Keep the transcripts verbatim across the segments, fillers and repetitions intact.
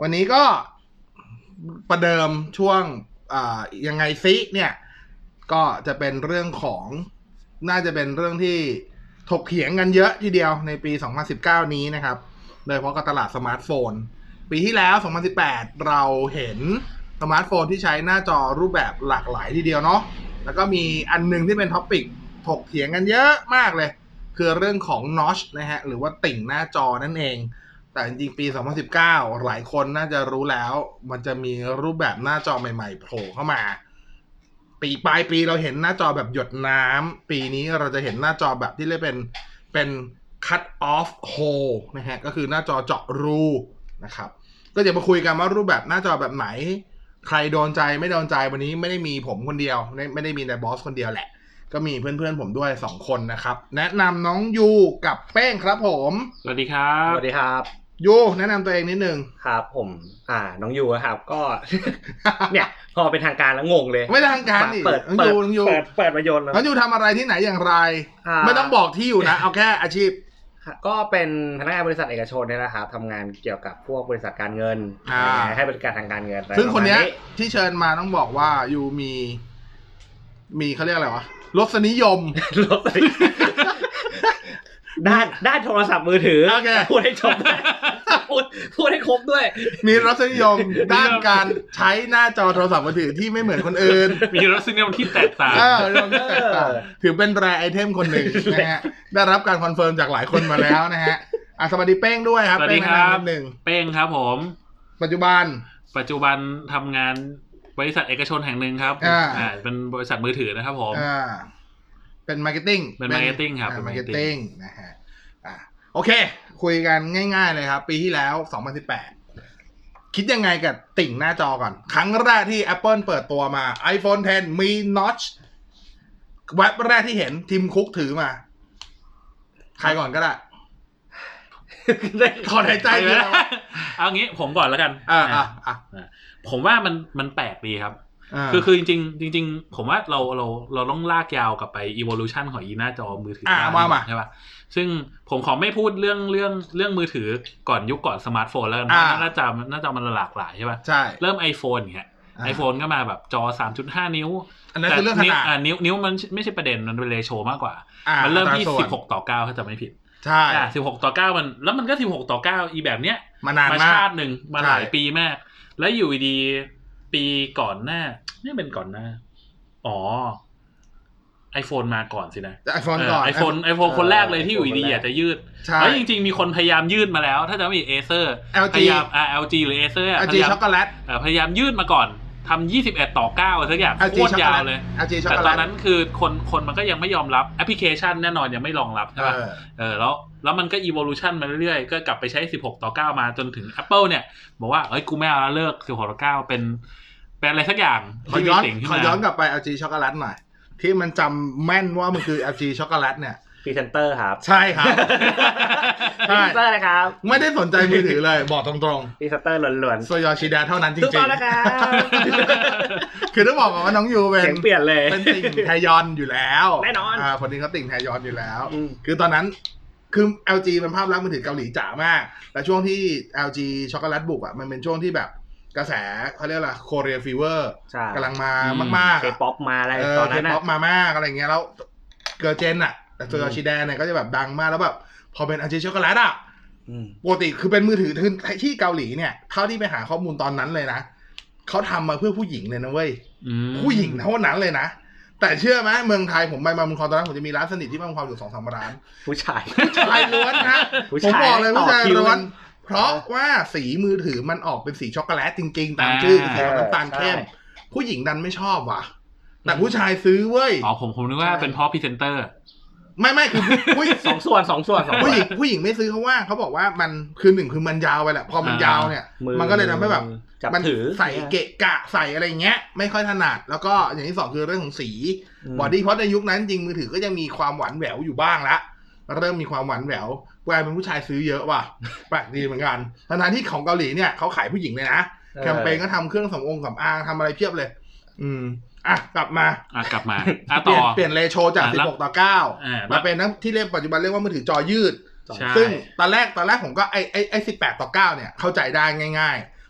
วันนี้ก็ประเดิมช่วงอ่ายังไงซิเนี่ยก็จะเป็นเรื่องของน่าจะเป็นเรื่องที่ถกเถียงกันเยอะทีเดียวในปีสองพันสิบเก้านี้นะครับโดยเฉพาะกับตลาดสมาร์ทโฟนปีที่แล้วสองพันสิบแปดเราเห็นสมาร์ทโฟนที่ใช้หน้าจอรูปแบบหลากหลายทีเดียวเนาะแล้วก็มีอันนึงที่เป็นท็อปิกถกเถียงกันเยอะมากเลยคือเรื่องของ notch นะฮะหรือว่าติ่งหน้าจอนั่นเองแต่จริงๆปีสองพันสิบเก้าหลายคนน่าจะรู้แล้วมันจะมีรูปแบบหน้าจอใหม่ๆโผล่เข้ามาปีปลายปีเราเห็นหน้าจอแบบหยดน้ำปีนี้เราจะเห็นหน้าจอแบบที่เรียกเป็นเป็น cut off hole นะฮะก็คือหน้าจอเจาะรูนะครับก็จะมาคุยกันว่ารูปแบบหน้าจอแบบไหนใครโดนใจไม่โดนใจวันนี้ไม่ได้มีผมคนเดียวไม่ได้มีแต่บอสคนเดียวแหละก็มีเพื่อนๆผมด้วยสองคนนะครับแนะนำน้องยูกับเป้งครับผมสวัสดีครับสวัสดีครับยูแนะนำตัวเองนิดนึงครับผมอ่าน้องยูครับก็ เนี่ยพอเป็นทางการแล้วงงเลยไม่ทางการดิเปิดเปิดเปิดเปิดมาโยนน้องยูทำอะไรที่ไหนอย่างไรไม่ต้องบอกที่อยู่นะเอาแค่อาชีพก็เป็นพนักงานบริษัทเอกชนเนี่ยนะครับทำงานเกี่ยวกับพวกบริษัทการเงินให้บริการทางการเงินซึ่งคนนี้ที่เชิญมาต้องบอกว่ายูมีมีเขาเรียกอะไรวะรสนิยมรสนิยมด้านด้านโทรศัพท์มือถือพูดให้จบพูดพูดให้ครบด้วยมีรสนิยมด้านการใช้หน้าจอโทรศัพท์มือถือที่ไม่เหมือนคนอื่นมีรสนิยมที่แตกต่างเออรสนิยมที่แตกต่างถือเป็นแรร์ไอเทมคนหนึ่งนะฮะได้รับการคอนเฟิร์มจากหลายคนมาแล้วนะฮะอ่ะสวัสดีเป้งด้วยครับสวัสดีครับเป้งครับผมปัจจุบันปัจจุบันทำงานบริษัทเอกชนแห่งหนึ่งครับอ่าเป็นบริษัทมือถือนะครับผมอ่าเป็นมาร์เก็ตติ้งเป็นมาร์เก็ตติ้งครับเป็นมาร์เก็ตติ้งนะฮะอ่าโอเคคุยกันง่ายๆเลยครับปีที่แล้วสองพันสิบแปดคิดยังไงกับติ่งหน้าจอก่อนครั้งแรกที่ Apple เปิดตัวมา iPhone เท็นมี notch เว็บแรกที่เห็นทีมคุกถือมาใครก่อนก็ได้ขอหายใจเลยเอางี้ผมก่อนแล้วกันอ่าอ่าอ่าผมว่ามันมันแปลกดีครับคือคือจริงๆจริงๆผมว่าเราเราเราต้องลากยาวกลับไป evolution ของอีหน้าจอมือถือใช่ป่ะซึ่งผมขอไม่พูดเรื่องเรื่องเรื่องมือถือก่อนยุคก่อนสมาร์ทโฟนแล้วกันหน้าจอหน้าจอมันหลากหลายใช่ป่ะใช่เริ่ม iPhone อย่างเงี้ย iPhone ก็มาแบบจอ สามจุดห้า นิ้วอันนั้นคือเรื่องขนาดอ่านิ้วนิ้วมันไม่ใช่ประเด็นมันเป็นเรโชมากกว่ามันเริ่มที่สิบหกต่อเก้าถ้าจำไม่ผิดใช่อ่าสิบหกต่อเก้ามันแล้วมันก็สิบหกต่อเก้าอีแบบเนี้ยมานานมากมาชาตินึงมาหลายปีมากแล้วอยู่ดีปีก่อนหน้านี่เป็นก่อนหน้าอ๋อ iPhone มาก่อนสินะ iPhone ก่อน iPhone iPhone คนแรกเลยที่อยู่ดีอยากจะยืดแล้วจริงๆมีคนพยายามยืดมาแล้วถ้าจะไม่มี Acer พยายามอ่า แอล จี หรือ Acer อ่ะ แอล จี ช็อกโกแลตเอ่อพยายามยืดมาก่อนทำยี่สิบเอ็ดต่อเก้าสักอย่างโคตรยาวเลยแต่ตอนนั้นคือคนคนมันก็ยังไม่ยอมรับแอปพลิเคชันแน่นอนยังไม่รองรับใช่ป่ะเออแล้วแล้วมันก็ evolution มาเรื่อยๆก็กลับไปใช้สิบหกต่อเก้ามาจนถึง Apple เนี่ยบอกว่าเอ้ยกูไม่เอาแล้วเลิกสิบหกต่อเก้าเป็นเป็นอะไรสักอย่างขอย้อนขอย้อนกลับไป แอล จี ช็อกโกแลตหน่อยที่มันจำแม่นว่ามันคือ แอล จี ช็อกโกแลตเนี่ยพรีเซนเตอร์ครับใช่ครับพรีเซนเตอร์นะครับไม่ได้สนใจมือถือเลยบอกตรงๆพรีเซนเตอร์ล้วนๆโซยอชิดะเท่านั้นจริงๆถูกต้องนะครับคือต้องบอกว่าน้องยูเป็นเสียงเปลี่ยนเลยเป็นติ่งไทยอนอยู่แล้วแน่นอนอ่าคนนี้เขาติ่งไทยอนอยู่แล้วคือตอนนั้นคือ แอล จี มันภาพลักษณ์มือถือเกาหลีจ๋ามากและช่วงที่ แอล จี ช็อกโกแลตบุกอ่ะมันเป็นช่วงที่แบบกระแสเขาเรียกอะไรโคเรียฟีเวอร์กำลังมามากๆเคป๊อปมาอะไรตอนนั้นเคป๊อปมามากอะไรเงี้ยแล้วเกิร์ลเจนอ่ะแต่ตัวชิแดนเนี่ยก็จะแบบดังมากแล้วแบบพอเป็น แอล จี ช็อกโกแลตอ่ะปกติคือเป็นมือถือที่เกาหลีเนี่ยเท่าที่ไปหาข้อมูลตอนนั้นเลยนะเขาทำมาเพื่อผู้หญิงเลยนะเว้ยผู้หญิงเท่านั้นเลยนะแต่เชื่อไหมเมืองไทยผมไปมาเมืองคอนตอนนั้นผมจะมีร้านสนิทที่บางความอยู่ สองสาม ร้านผู้ชายผู้ชายล้วนนะผมบอกเลยผู้ชายล้วนเพราะว่าสีมือถือมันออกเป็นสีช็อกโกแลตจริงๆตามชื่อสีน้ำตาลเข้มผู้หญิงดันไม่ชอบว่ะแต่ผู้ชายซื้อเว้ยอ๋อผมผมนึกว่าเป็นเพราะพรีเซนเตอร์ไม่ไม่คือผู้สองส่วนสองส่วนผู้หญิงผู้หญิงไม่ซื้อเขาว่าเขาบอกว่ามันคือหนึ่งคือมันยาวไปแหละพอมันยาวเนี่ยมันก็เลยทำให้แบบมันใส่เกะกะใส่อะไรเงี้ยไม่ค่อยถนัดแล้วก็อย่างที่สองคือเรื่องของสีบอดี้เพราะในยุคนั้นจริงมือถือก็ยังมีความหวานแหววอยู่บ้างละเริ่มมีความหวานแหววกลายเป็นผู้ชายซื้อเยอะว่ะแปลกดีเหมือนกันทั้งที่ของเกาหลีเนี่ยเขาขายผู้หญิงเลยนะแคมเปญก็ทำเครื่องสำอางสำอางทำอะไรเพียบเลยอืมอ่ะกลับมาอ่ะกลับมาอ่ะต่อเปลี่ยนเรโชจากสิบหกต่อเก้ามาเป็นทั้งที่เรียกปัจจุบันเรียกว่ามือถือจอยืดซึ่งตอนแรกตอนแรกผมก็ไอ้ไอ้ไอ้สิบแปดต่อเก้าเนี่ยเข้าใจได้ง่ายๆ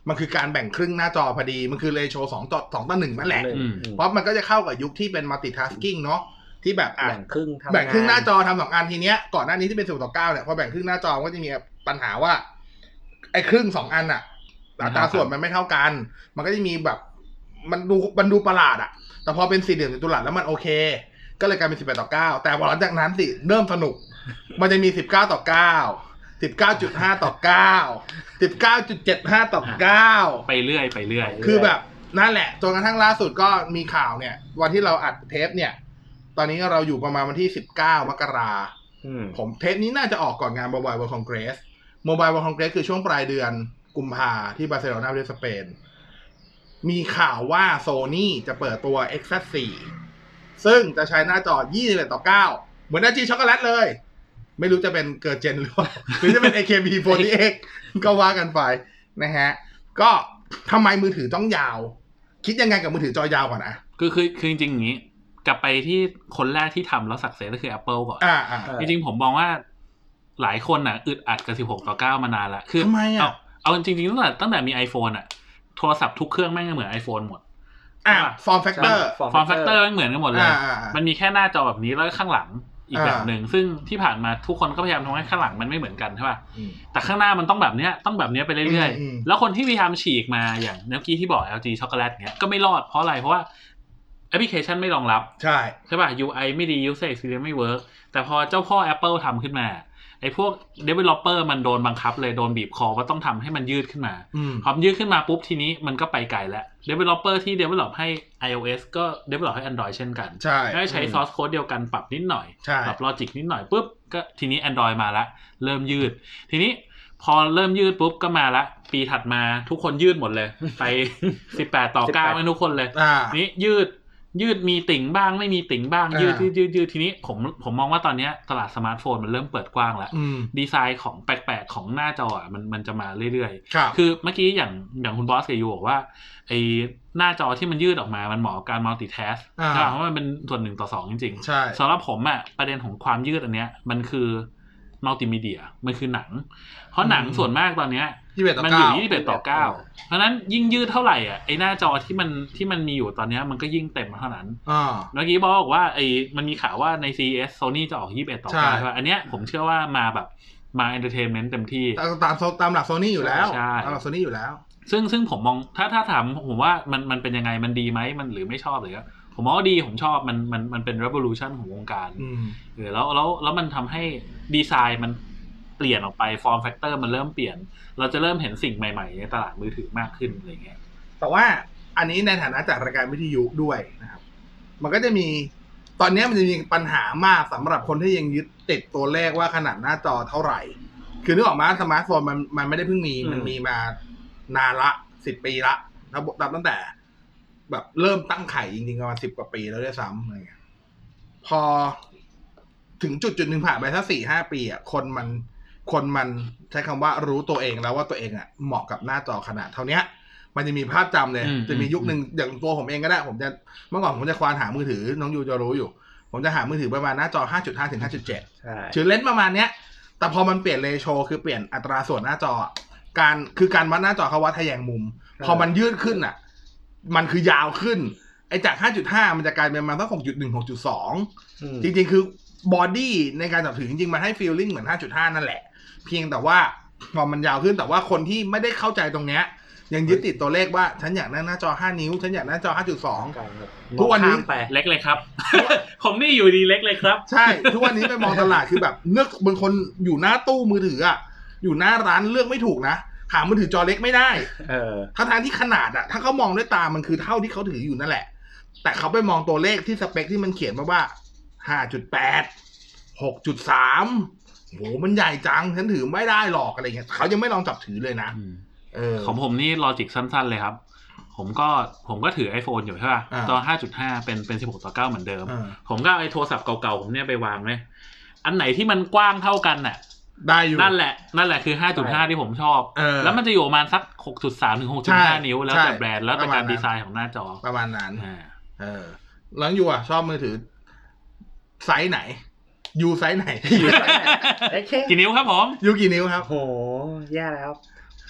มันคือการแบ่งครึ่งหน้าจอพอดีมันคือเรโชสองต่อสองต่อหนึ่งนั่นแหละเพราะมันก็จะเข้ากับยุคที่เป็นมัลติทัสกิ้งเนาะที่แบบแบ่งครึ่งแบ่งครึ่งหน้าจอทำสองอันทีเนี้ยก่อนหน้านี้ที่เป็นสิบต่อเก้าเนี่ยพอแบ่งครึ่งหน้าจอก็จะมีปัญหาว่าไอ้ครึ่งสองอันอะอัตราส่วนมันไม่เท่ากันมันก็จะมีแบบมันดูมันดูประหลาดอะแต่พอเป็นสี่เหลี่ยมจัตุรัสแล้วมันโอเคก็เลยกลายเป็นสิบแปดต่อเก้าแต่พอหลังจากนั้นสิเริ่มสนุกมันจะมีสิบเก้าต่อเก้า สิบเก้าจุดห้า ต่อเก้า สิบเก้าจุดเจ็ดห้า ต่อเก้าไปเรื่อยไปเรื่อยคือแบบนั่นแหละจนกระทั่งล่าสุดก็มีข่าวเนี่ยวันที่เราอัดเทปเนี่ยตอนนี้เราอยู่ประมาณวันที่สิบเก้ามกราคมผมเทปนี้น่าจะออกก่อนงาน Mobile World Congress Mobile World Congress คือช่วงปลายเดือนกุมภาที่บาร์เซโลนาประเทศสเปนมีข่าวว่า Sony จะเปิดตัว เอ็กซ์ แซด โฟร์ ซึ่งจะใช้หน้าจอยี่สิบเอ็ดต่อเก้าเหมือน แอล จี ช็อกโกแลตเลยไม่รู้จะเป็นเกิดเจนหรือเปล่าหรือจะเป็น เอ เค บี โฟร์ตี้เอ็กซ์ ก็ว่ากันไปนะฮะก็ทำไมมือถือต้องยาวคิดยังไงกับมือถือจอยาวก่อนนะคือคือคือจริงๆอย่างนี้กลับไปที่คนแรกที่ทำแล้วสักเซสก็คือ Apple ก่อนอ่าจริงๆผมมองว่าหลายคนน่ะอึดอัดกับสิบหกต่อเก้ามานานละคือทำไมอ่ะเอาจริงๆตั้งแต่ตั้งแต่มี iPhone อ่ะโทรศัพท์ทุกเครื่องแม่งเหมือน iPhone หมดอ่า form factor form factor เหมือนกันหมดเลยมันมีแค่หน้าจอแบบนี้แล้วข้างหลังอีกแบบหนึ่งซึ่งที่ผ่านมาทุกคนก็พยายามทำให้ข้างหลังมันไม่เหมือนกันใช่ป่ะแต่ข้างหน้ามันต้องแบบเนี้ยต้องแบบเนี้ยไปเรื่อยๆแล้วคนที่พยายามฉีกมาอย่างเมื่อกี้ที่บอก แอล จี ช็อกโกแลตเนี้ยก็ไม่รอดเพราะอะไรเพราะว่าแอปพลิเคชันไม่รองรับใช่ใช่ป่ะ ยู ไอ ไม่ดี user experience ไม่เวิร์กแต่พอเจ้าพ่อ Apple ทำขึ้นมาไอ้พวก developer มันโดนบังคับเลยโดนบีบคอว่าต้องทำให้มันยืดขึ้นมาพอยืดขึ้นมาปุ๊บทีนี้มันก็ไปไกลแล้ว developer ที่ develop ให้ iOS ก็ develop ให้ Android เช่นกันใช่ได้ใช้ source code เดียวกันปรับนิดหน่อยปรับ logic นิดหน่อยปุ๊บก็ทีนี้ Android มาแล้วเริ่มยืดทีนี้พอเริ่มยืดปุ๊บก็มาละปีถัดมาทุกคนยืดหมดเลยไปสิบแปดต่อเก้าให้ทุกคนเลยนี้ยืดยืดมีติ่งบ้างไม่มีติ่งบ้างยืดยืดยืดยืดทีนี้ผมผมมองว่าตอนนี้ตลาดสมาร์ทโฟนมันเริ่มเปิดกว้างแล้วดีไซน์ของแปลกๆของหน้าจออ่ะมันมันจะมาเรื่อยๆคือเมื่อกี้อย่างอย่างคุณบอสกับยูบอกว่าไอ้หน้าจอที่มันยืดออกมามันเหมาะกับการมัลติแทสก์เพราะมันเป็นส่วนหนึ่งต่อสองจริงๆสำหรับผมอ่ะประเด็นของความยืดอันเนี้ยมันคือมัลติมีเดียมันคือหนังเพราะหนังส่วนมากตอนเนี้ยมันอยู่ยี่สิบเอ็ดต่อเก้าเพราะนั้นยิ่งยืดเท่าไหร่อ่ะไอ้หน้าจอที่มันที่มันมีอยู่ตอนนี้มันก็ยิ่งเต็มเท่านั้นเมื่อกี้บอกว่าไอ้มันมีข่าวว่าใน ซี อี เอส Sony จะออกยี่สิบเอ็ดต่อเก้าใช่ป่ะอันเนี้ยผมเชื่อว่ามาแบบมาเอนเตอร์เทนเมนต์เต็มที่ตามตามหลัก Sony อยู่แล้วตามหลัก Sony อยู่แล้วซึ่งซึ่งผมมองถ้าถ้าถามผมว่ามันมันเป็นยังไงมันดีไหมมันหรือไม่ชอบหรือผมมองว่าดีผมชอบมันมันมันเป็น revolution ของวงการเออแล้วแล้วแล้วมันทำให้ดีไซน์มันเปลี่ยนออกไป form factor มันเริ่มเปลี่ยนเราจะเริ่มเห็นสิ่งใหม่ๆในตลาดมือถือมากขึ้นอะไรเงี้ยแต่ว่าอันนี้ในฐานะจากรายการวิทยุด้วยนะครับมันก็จะมีตอนนี้มันจะมีปัญหามากสำหรับคนที่ยังยึดติดตัวเลขว่าขนาดหน้าจอเท่าไหร่คือนึกออกมาสมาร์ทโฟนมันมันไม่ได้เพิ่งมีมันมีมานานละสิบปีละนับตั้งแต่แบบเริ่มตั้งไข่จริงๆประมาณสิบกว่าปีแล้วด้วยซ้ำอะไรเงี้ยพอถึงจุดจุดหนึ่งผ่านไปสักสี่ห้าปีอ่ะคนมันคนมันใช้คำว่ารู้ตัวเองแล้วว่าตัวเองอ่ะเหมาะกับหน้าจอขนาดเท่านี้มันจะมีภาพจำเลยจะมียุคหนึ่งอย่างตัวผมเองก็ได้ผมจะเมื่อก่อนผมจะควานหามือถือน้องยูจะรู้อยู่ผมจะหามือถือประมาณหน้าจอ ห้าจุดห้า ถึง ห้าจุดเจ็ด ใช่ชื่อเลนส์ประมาณเนี้ยแต่พอมันเปลี่ยนเรโชคือเปลี่ยนอัตราส่วนหน้าจอการคือการวัดหน้าจอเขาวัดทะแยงมุมพอมันยืดขึ้นอ่ะมันคือยาวขึ้นไอ้จาก ห้าจุดห้า มันจะกลายเป็นประมาณสัก หกจุดหนึ่ง หกจุดสอง จริงๆคือบอดี้ในการจับถือจริงๆมันให้ฟีลลิ่งเหมือน ห้าจุดห้า นั่นแหละเพียงแต่ว่าพอมันยาวขึ้นแต่ว่าคนที่ไม่ได้เข้าใจตรงเนี้ยยังยึดติดตัวเลขว่าฉันอยากได้หน้าจอห้านิ้วฉันอยากได้หน้าจอ ห้าจุดสอง ทุกวันนี้เล็กเลยครับ ผมนี่อยู่ดีเล็กเลยครับใช่ทุกวันนี้ไปมองตลาดคือแบบเลือกบางคนอยู่หน้าตู้มือถืออ่ะอยู่หน้าร้านเลือกไม่ถูกนะหามือถือจอเล็กไม่ได้เออทั้งทางที่ขนาดอ่ะถ้าเขามองด้วยตามันคือเท่าที่เขาถืออยู่นั่นแหละแต่เขาไปมองตัวเลขที่สเปคที่มันเขียนมาว่า ห้าจุดแปด หกจุดสามโหมันใหญ่จังฉันถือไม่ได้หรอกอะไรเงี้ยเขายังไม่ลองจับถือเลยนะเออของผมนี่ลอจิกสั้นๆเลยครับผมก็ผมก็ถือ iPhone อยู่ใช่ป่ะจอ ห้าจุดห้า เป็นเป็นสิบหกต่อเก้าเหมือนเดิมผมก็เอาไอ้โทรศัพท์เก่าๆผมเนี่ยไปวางเลยอันไหนที่มันกว้างเท่ากันน่ะได้อยู่นั่นแหละนั่นแหละคือ ห้าจุดห้า ที่ผมชอบแล้วมันจะอยู่ประมาณสัก หกจุดสาม ถึง หกจุดห้า นิ้วแล้วแต่แบรนด์แล้วแต่การดีไซน์ของหน้าจอประมาณนั้นเออแล้วอยู่อ่ะชอบมือถือไซส์ไหนยูไซส์ไหนยูไซส์ไหนกี่นิ้วครับผมยูกี่นิ้วครับโหแย่แล้ว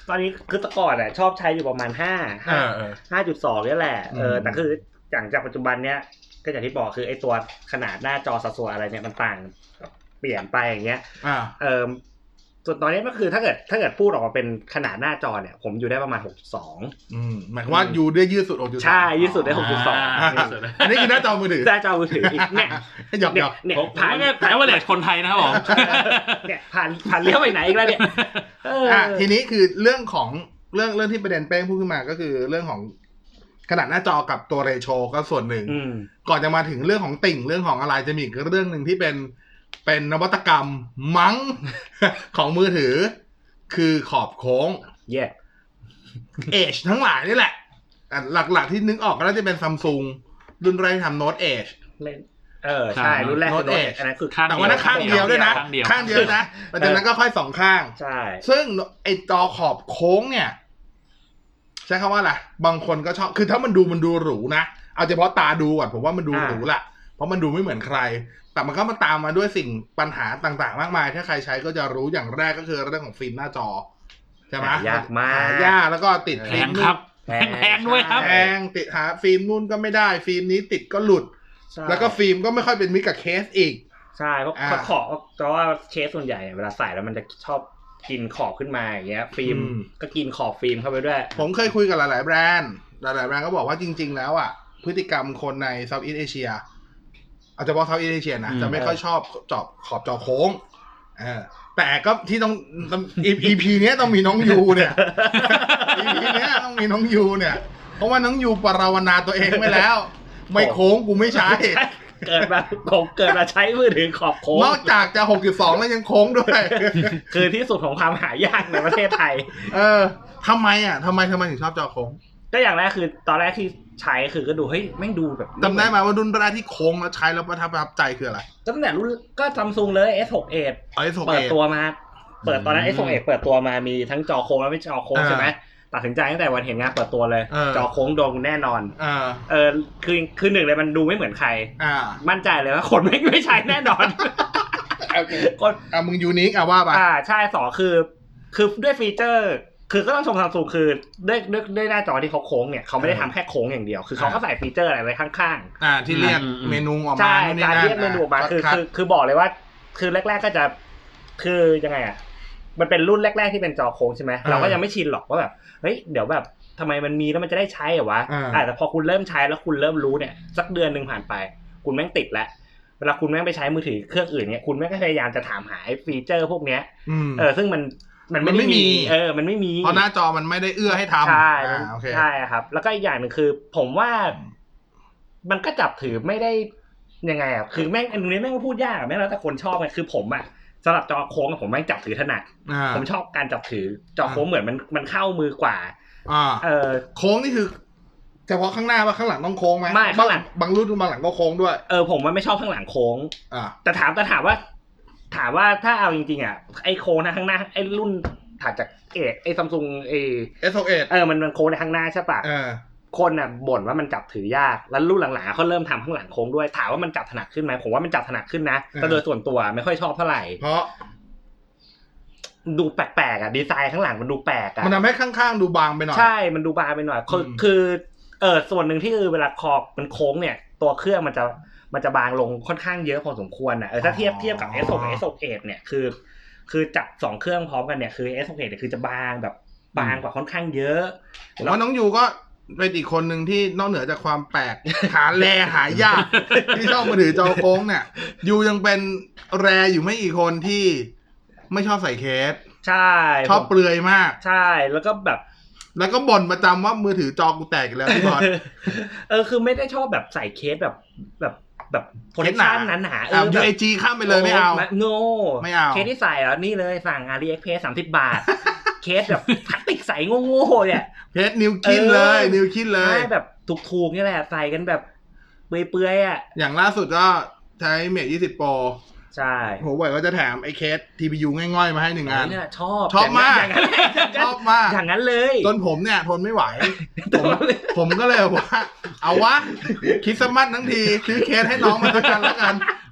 ตอนนี้คือตะก่อนอ่ะชอบใช้อยู่ประมาณห้า ห้าจุดสอง นี่แหละเออแต่คืออย่างจากปัจจุบันเนี้ยก็อย่างที่บอกคือไอ้ตัวขนาดหน้าจอสัดส่วนอะไรเนี่ยมันต่างเปลี่ยนไปอย่างเงี้ยเออส่วนตอนนี้ก็คือถ้าเกิดถ้าเกิดพูดออกมาเป็นขนาดหน้าจอเนี่ยผมอยู่ได้ประมาณ หกจุดสองอืมหมายความว่าอยู่ได้ยืดสุด หกจุดสองใช่ยืดสุดได้ หกจุดสองอันนี้คือหน้าจอมือถือหน้าจอมือถืออีกเนี่ยหยอกๆเนี่ยผ่านแอเวอเรจคนไทยนะครับผมเนี่ยผ่านผ่านเลี้ยวไปไหนอีกแล้วเนี่ยเออทีนี้คือเรื่องของเรื่องเรื่องที่ประเด็นเป้งพูดขึ้นมาก็คือเรื่องของขนาดหน้าจอกับตัวเรโชก็ส่วนหนึ่งก่อนจะมาถึงเรื่องของติ่งเรื่องของอะไรจะมีอีกเรื่องนึงที่เป็นเป็นนวัตกรรมมั้งของมือถือคือขอบโค้ง yeah. เอจทั้งหลายนี่แหละหลักๆที่นึกออกก็น่าจะเป็น Samsung รุ่นแรกทำ Note Edge เออใช่รุ่นแรก Note Edge อันนั้นคือแต่ว่านั้นข้างเดียวด้วยนะข้างเดียวนะแต่จากนั้นก็ค่อยสองข้างใช่ซึ่งไอจอขอบโค้งเนี่ยใช้คำว่าอะไรบางคนก็ชอบคือถ้ามันดูมันดูหรูนะเอาเฉพาะตาดูก่อนผมว่ามันดูหรูแหละเพราะมันดูไม่เหมือนใครแต่มันก็มาตามมาด้วยสิ่งปัญหาต่างๆมากมายถ้าใครใช้ก็จะรู้อย่างแรกก็คือเรื่องของฟิล์มหน้าจอใช่ไหมยากมากยากแล้วก็ติดแพงครับแพงด้วยครับแพงติดหาฟิล์มนู่นก็ไม่ได้ฟิล์มนี้ติดก็หลุดแล้วก็ฟิล์มก็ไม่ค่อยเป็นมิตรกับเคสอีกใช่เพราะขอบเพราะว่าเคสส่วนใหญ่เวลาใส่แล้วมันจะชอบกินขอบขึ้นมาอย่างเงี้ยฟิล์มก็กินขอบฟิล์มเข้าไปด้วยผมเคยคุยกับหลายๆแบรนด์หลายๆแบรนด์ก็บอกว่าจริงๆแล้วอ่ะพฤติกรรมคนในเซาท์อีสต์เอเชียอาจจะบอกเซาท์อีสต์เอเชียนะจะไม่ค่อยชอบจอบขอบจอโค้งเออแต่ก็ที่ต้อง อี พี เนี้ยต้องมีน้องยูเนี่ย อี พี เนี้ยต้องมีน้องยูเนี่ยเพราะว่าน้องยูปรารณาตัวเองไว้แล้วไม่โค้งกูไม่ใช้เกิดมาผมเกิดมาใช้มือถือขอบโค้งนอกจากจะ หกจุดสอง แล้วยังโค้งด้วยคือที่สุดของความหายากในประเทศไทยเออทำไมอ่ะทำไมทำไมถึงชอบจอโค้งก็อย่างแรกคือตอนแรกที่ใช้คือก็ดูเฮ้ยแม่งดูแบบจำได้ไหมว่ารุ่นแรกที่โค้งแล้วใช้แล้วประทับใจคืออะไรตั้งแต่รุ่นก็ Samsung เลย เอส หกสิบเอ็ดเอส หกสิบเอ็ดเปิดตัวมาเปิดตอนนั้น เอส หกสิบเอ็ด เปิดตัวมามีทั้งจอโค้งและไม่จอโค้งใช่ไหมตัดสินใจตั้งแต่วันเห็นงานเปิดตัวเลยจอโค้งโดนแน่นอนเออคือคือหนึ่งเลยมันดูไม่เหมือนใครมั่นใจเลยว่าคนไม่ไม่ใช้แน่นอนคนอ่ะมึงยูนิคอ่ะว่าไปอ่าใช่สองคือคือด้วยฟีเจอร์คือก็ต้องชม Samsung คือด้วยด้วยด้วยหน้าจอที่เขาโค้งเนี่ยเขาไม่ได้ทำแค่โค้งอย่างเดียวคือเขาก็ใส่ฟีเจอร์อะไรไว้ข้างๆอ่าที่เรียกเมนูออกมาใช่การเรียกเมนูออกมาคือคือคือบอกเลยว่าคือแรกๆก็จะคือยังไงอ่ะมันเป็นรุ่นแรกๆที่เป็นจอโค้งใช่ไหมเราก็ยังไม่ชินหรอกว่าแบบเฮ้ยเดี๋ยวแบบทำไมมันมีแล้วมันจะได้ใช้เหรอวะอ่าแต่พอคุณเริ่มใช้แล้วคุณเริ่มรู้เนี่ยสักเดือนนึงผ่านไปคุณแม่งติดแล้วเวลาคุณแม่งไปใช้มือถือเครื่องอื่นเนี่ยคุณแม่งก็พยายามจะถามหาฟีเจอร์พวกเนี้ยเออซึ่งมันมันไม่มีเออมันไม่มีเพราะหน้าจอมันไม่ได้เอื้อให้ทำใช่ใช่ครับแล้วก็อีกอย่างหนึ่งคือผมว่ามันก็จับถือไม่ได้ยังไงอ่ะคือแม่งอันนี้แม่งก็พูดยากแม่งแล้วแต่คนชอบไงคือผมอ่ะสำหรับจอโค้งผมแม่งจับถือถนัดผมชอบการจับถือจอโค้งเหมือนมันมันเข้ามือกว่าเออโค้งนี่คือเฉพาะข้างหน้าว่าข้างหลังต้องโค้งไหมไม่ข้างหลังบางรุ่นบางหลังก็โค้งด้วยเออผมว่าไม่ชอบข้างหลังโค้งแต่ถามแต่ถามว่าถามว่าถ้าเอาจริงๆอ่ะไอ้โค้งนะข้างหน้าไอ้รุ่นถัดจากเอไอ้ Samsung เอเอส หกสิบเอ็ดเออมันมันโค้งในข้างหน้าใช่ป่ะคนน่ะบ่นว่ามันจับถือยากแล้วรุ่นหลังๆเขาเริ่มทำข้างหลังโค้งด้วยถามว่ามันจับถนัดขึ้นไหมผมว่ามันจับถนัดขึ้นนะแต่โดยส่วนตัวไม่ค่อยชอบเท่าไหร่เพราะดูแปลกๆอ่ะดีไซน์ข้างหลังมันดูแปลกอ่ะมันทำให้ข้างๆดูบางไปหน่อยใช่มันดูบางไปหน่อยคือคือเออส่วนหนึ่งที่คือเวลาขอบมันโค้งเนี่ยตัวเครื่องมันจะมันจะบางลงค่อนข้างเยอะพอสมควรอ่ะเออถ้าเทียบเทียบกับ เอส หก กับ เอส หกสิบเอ็ด เนี่ยคือคือจับสองเครื่องพร้อมกันเนี่ยคือ เอส หกสิบเอ็ด เนี่ยคือจะบางแบบบางกว่าค่อนข้างเยอะผมว่าน้องยูก็เป็นอีกคนหนึ่งที่นอกเหนือจากความแปลกหาแรหายากที่ชอบมือถือจอโค้งเนี่ยยูยังเป็นแรอยู่ไม่กี่คนที่ไม่ชอบใส่เคสใช่ชอบเปลือยมากใช่แล้วก็แบบแล้วก็บ่นประจำว่ามือถือจอกูแตกแล้วพี่บอลเออคือไม่ได้ชอบแบบใส่เคสแบบแบบแบบโพลิชั่นนั้นหนาเออ ยู เอ จี ข้ามไปเลยไม่เอาโง่ไม่เอาเคสที่ใส่เหรอนี่เลยสั่ง AliExpress สามสิบบาทเคสแบบพลาสติกใสโง่ๆเนี่ยเพชรนิวคินเลยนิวคินเลยใช่แบบถูกๆนี่แหละใส่กันแบบเปื่อยๆอ่ะอย่างล่าสุดก็ใช้ Mate ยี่สิบ Pro ใช่โหบ่อยก็จะแถมไอ้เคส ที พี ยู ง่อยๆมาให้หนึ่งอันเนี่ยชอบชอบมากชอบมากอย่างนั้นเลยจนผมเนี่ยทนไม่ไหวผมผมก็เลยว่าเอาวะคริสต์มาสทั้งทีซื้อเคสให้น้องมาสักกันแล้วกัน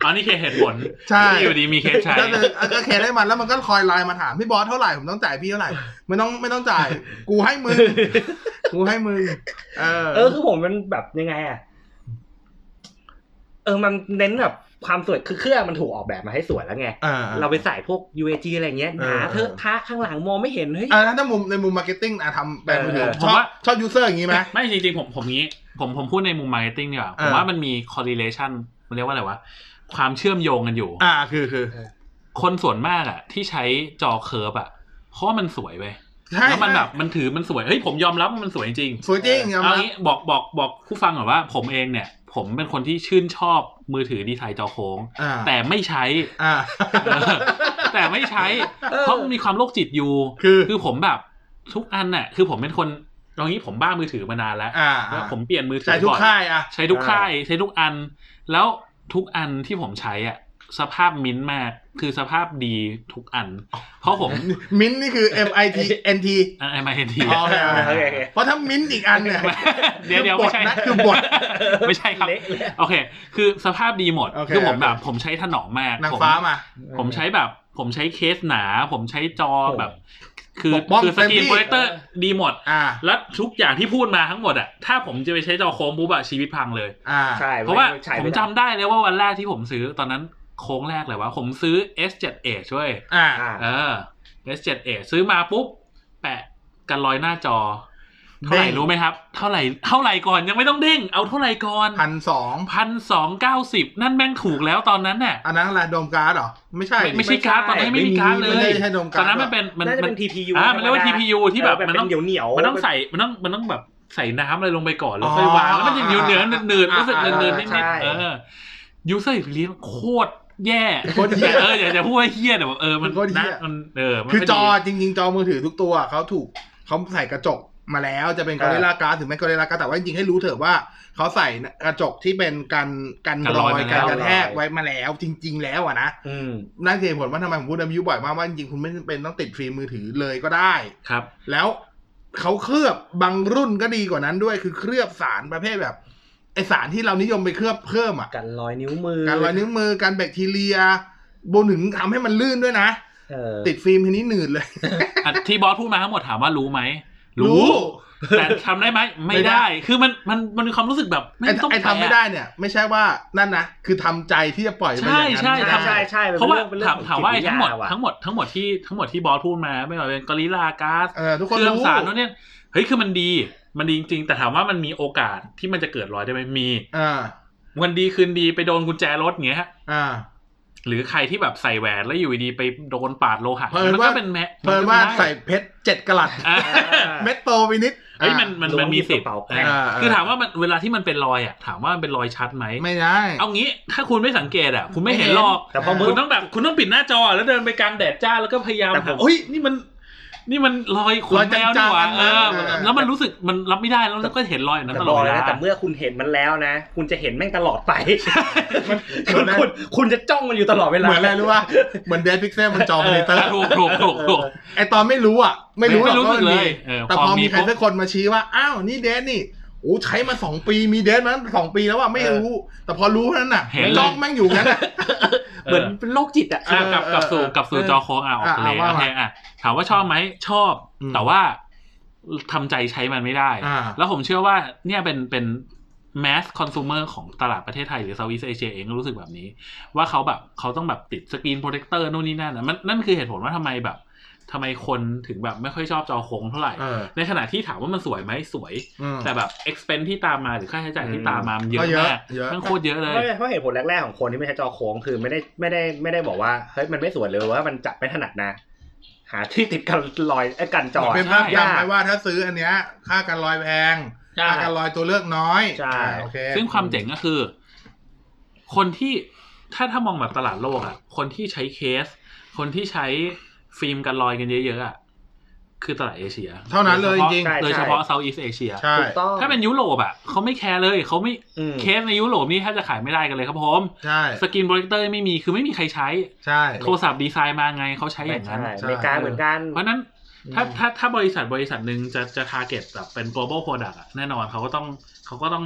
อ๋อนี่คือเหตุผลใช่อยู่ดีมีเคสใช้ก็คือก็เคสให้มันแล้วมันก็คอยไลน์มาถามพี่บอสเท่าไหร่ผมต้องจ่ายพี่เท่าไหร่ไม่ต้องไม่ต้องจ่ายกูให้มึงกูให้มึงเออเออคือผมมันแบบยังไงอ่ะเออมันเน้นแบบความสวยคือเครื่องมันถูกออกแบบมาให้สวยแล้วไงเราไปใส่พวก ยู เอ จี อะไรเงี้ยหนาเทอะทะข้างหลังมองไม่เห็นเฮ้ยอ่าถ้ามุมในมุมมาร์เก็ตติ้งนะทำแบบมือถือชอบชอบยูเซอร์อย่างงี้ไหมไม่จริงๆผมผมงี้ผมผมพูดในมุมมาร์เก็ตติ้งดีกว่าผมว่ามันมี correlation มันเรียกว่าอะไรวะความเชื่อมโยงกันอยู่อ่าคือคือคนส่วนมากอ่ะที่ใช้จอเคิร์ฟอ่ะเพราะมันสวยเว้ยแล้วมันแบบมันถือมันสวยเฮ้ยผมยอมรับว่ามันสวยจริงสวยจริงเอางี้บอกบอกบอกผู้ฟังก่อนว่าผมเองเนี่ยผมเป็นคนที่ชื่นชอบมือถือดีไซน์จอโค้งแต่ไม่ใช้แต่ไม่ใช้เพราะมันมีความโรคจิตอยู่คือคือผมแบบทุกอันน่ะคือผมเป็นคนตอนนี้ผมบ้ามือถือมานานแล้วแล้วผมเปลี่ยนมือถือใช้ทุกค่ายอ่ะใช้ทุกค่ายใช้ทุกอันแล้วทุกอันที่ผมใช้อ่ะสภาพมิ้นท์มากคือสภาพดีทุกอันเพราะผมมิ้นท์นี่คือ M I T N T M I N T อ๋อเพราะถ้ามิ้นท์อีกอันเนี่ยเดี๋ยวเดี๋ยวไม่ใช่นะคือบทไม่ใช่ครับโอเคคือสภาพดีหมดคือผมแบบผมใช้ถนอมมากนางฟ้ามาผมใช้แบบผมใช้เคสหนาผมใช้จอแบบคือคือสกรีนโปรเจคเตอร์ดีหมดแล้วทุกอย่างที่พูดมาทั้งหมดอ่ะถ้าผมจะไปใช้จอโค้งปุ๊บอะชีวิตพังเลยเพราะว่าผมจำได้เลยว่าวันแรกที่ผมซื้อตอนนั้นโค้งแรกเลยว่าผมซื้อ เอส เซเว่น Edge ช่วยอ่าเออ เอส เซเว่น Edge ซื้อมาปุ๊บแปะกันรอยหน้าจอเท่าไหร่รู้ไหมครับเท่าไหร่เท่าไหร่ก่อนยังไม่ต้องเด้งเอาเท่าไหร่ก่อนหนึ่งพันสองร้อยหนึ่งพันสองร้อยเก้าสิบ นั่นแม่งถูกแล้วตอนนั้นน่ะอันนั้นอะไรโดมการ์ดเหรอไม่ใช่ไม่ใช่การ์ดตอนนั้นไม่มีการ์ดเลยตอนนั้นมันเป็นมันเป็น ที พี ยูอ่ามันเรียกว่า ที พี ยู ที่แบบมันต้องเหนียวมันต้องใส่มันต้องมันต้องแบบใส่น้ำอะไรลงไปก่อนแล้วค่อยวางแล้วมันจะเหนียวเนื้อเนื้อรู้สึกเนื้อเนื้อนิดๆเออ user experience โคตรแย่โคตรเหี้ยเอออยากจะพูดว่าเหี้ยแต่แบบเออมันนะมันเออคือจอจริงๆจอมือถือทุกตัวเขาถูกเขาใส่กระจกมาแล้วจะเป็น Gorilla Glass ถึงแม้ Gorilla Glass แต่ว่าจริงๆให้รู้เถอะว่าเขาใส่กระจกที่เป็นกันกันรอยกันกระแทกไว้มาแล้วจริงๆแล้วอ่ะนะนั่นคือเหตุผลว่าทำไมผมพูดในวิวบ่อยมากว่าจริงๆคุณไม่จำเป็นต้องติดฟิล์มมือถือเลยก็ได้ครับแล้วเขาเคลือบบางรุ่นก็ดีกว่านั้นด้วยคือเคลือบสารประเภทแบบไอสารที่เรานิยมไปเคลือบเพิ่มอ่ะกันรอยนิ้วมือกันรอยนิ้วมือกันแบคทีเรียบนถึงทำให้มันลื่นด้วยนะติดฟิล์มทีนี้หนืดเลยที่บอสพูดมาทั้งหมดถามว่ารู้ไหมรู้แต่ทำได้ไหมไม่ได้คือมันมันมันมีความรู้สึกแบบไม่ต้องไอ้ทำไม่ได้เนี่ยไม่ใช่ว่านั่นนะคือทำใจที่จะปล่อยไปอย่างนั้นใช่ใช่ใช่ใช่เพราะว่าถามถามว่าทั้งหมดทั้งหมดทั้งหมดที่ทั้งหมดที่บอสพูดมาไม่ว่าเป็นGorilla Glassเครื่องสารนั่นเนี่ยเฮ้ยคือมันดีมันดีจริงๆแต่ถามว่ามันมีโอกาสที่มันจะเกิดรอยได้ไหมมีอ่าวันดีคืนดีไปโดนกุญแจรถอย่างเงี้ยอ่าหรือใครที่แบบใส่แหวนแล้วอยู่ดีไปโดนปาดโลหะมันก็เป็นแมเพิ่นว่าใส่เพชรเจ็ดกะรัตเม็ดโตไปนิดเฮ้ยมันมันมันมีสิทธิ์คือถามว่ามันเวลาที่มันเป็นรอยอ่ะถามว่ามันเป็นรอยชัดไหมไม่ได้เอางี้ถ้าคุณไม่สังเกตอ่ะคุณไม่เห็นหรอกแต่พอคุณต้องแบบคุณต้องปิดหน้าจอแล้วเดินไปกลางแดดจ้าแล้วก็พยายามเฮ้ยนี่มันนี่มันรอยขนแมวนี่หว่าเออแล้วมันรู้สึกมันรับไม่ได้แล้วแล้วก็เห็นรอยนั้นตลอดเวลาแต่เมื่อคุณเห็นมันแล้วนะคุณจะเห็นแม่งตลอดไปคุณคุณคุณจะจ้องมันอยู่ตลอดเวลาเหมือนอะไรรู้ป่ะเหมือนเดดพิกเซลมันจอมอนิเตอร์ถูกถูกถูกถูกไอตอนไม่รู้อ่ะไม่รู้ไม่รู้สึกเลยแต่พอมีใครสักคนมาชี้ว่าอ้าวนี่เดดนี่โอ้ใช้มาสองปีมีเดดมาสองปีแล้วว่าไม่รู้แต่พอรู้นั้นน่ะจ้องแม่งอยู่งั้นน่ะเหมือนเป็นโรคจิตอ่ะกับกับสู่กับสู่จอโค้งอ่ะออกเลยโอเคอ่ะถามว่าชอบไหมชอบแต่ว่าทำใจใช้มันไม่ได้แล้วผมเชื่อว่าเนี่ยเป็นเป็นแมสคอน sumer ของตลาดประเทศไทยหรือ Southeast Asia เองก็รู้สึกแบบนี้ว่าเขาแบบเขาต้องแบบติดสกรีนโปรเทคเตอร์นู่นนี่นั่นนะมันนั่นคือเหตุผลว่าทำไมแบบทำไมคนถึงแบบไม่ค่อยชอบจอโค้งเท่าไหร่ในขณะที่ถามว่ามันสวยไหมสวยแต่แบบ expense ที่ตามมาหรือค่าใช้จ่ายที่ตามมาเยอะมากมันโคตรเยอะเลยเพราะเหตุผลแรกๆของคนที่ไม่ใช้จอโค้งคือไม่ได้ไม่ได้ไม่ได้บอกว่าเฮ้ยมันไม่สวยเลยว่ามันจับไม่ถนัดนะหาที่ติดกันรอยไอ้กันจอเป็นภาพจำไว้ว่าถ้าซื้ออันเนี้ยค่ากันรอยแพงค่ากันรอยตัวเลือกน้อยใช่โอเคซึ่งความเจ๋งก็คือคนที่ถ้าถ้ามองแบบตลาดโลกอ่ะคนที่ใช้เคสคนที่ใช้ฟิล์มกันรอยกันเยอะๆอ่ะคือตลาดเอเชียเท่านั้นเลยจริงโดยเฉพาะ Southeast Asia ใช่ถ้าเป็นยุโรปอ่ะเขาไม่แคร์เลยเขาไม่เคสในยุโรปนี่ถ้าจะขายไม่ได้กันเลยครับผมใช่สกรีนโปรเจคเตอร์ไม่มีคือไม่มีใครใช้ใช่โทรศัพท์ดีไซน์มาไงเขาใช้อย่างนั้นอเมริกาเหมือนกันเพราะนั้นถ้าถ้าถ้าบริษัทบริษัทนึงจะจะ target แบบเป็น global product อ่ะแน่นอนเขาก็ต้องเขาก็ต้องแบบ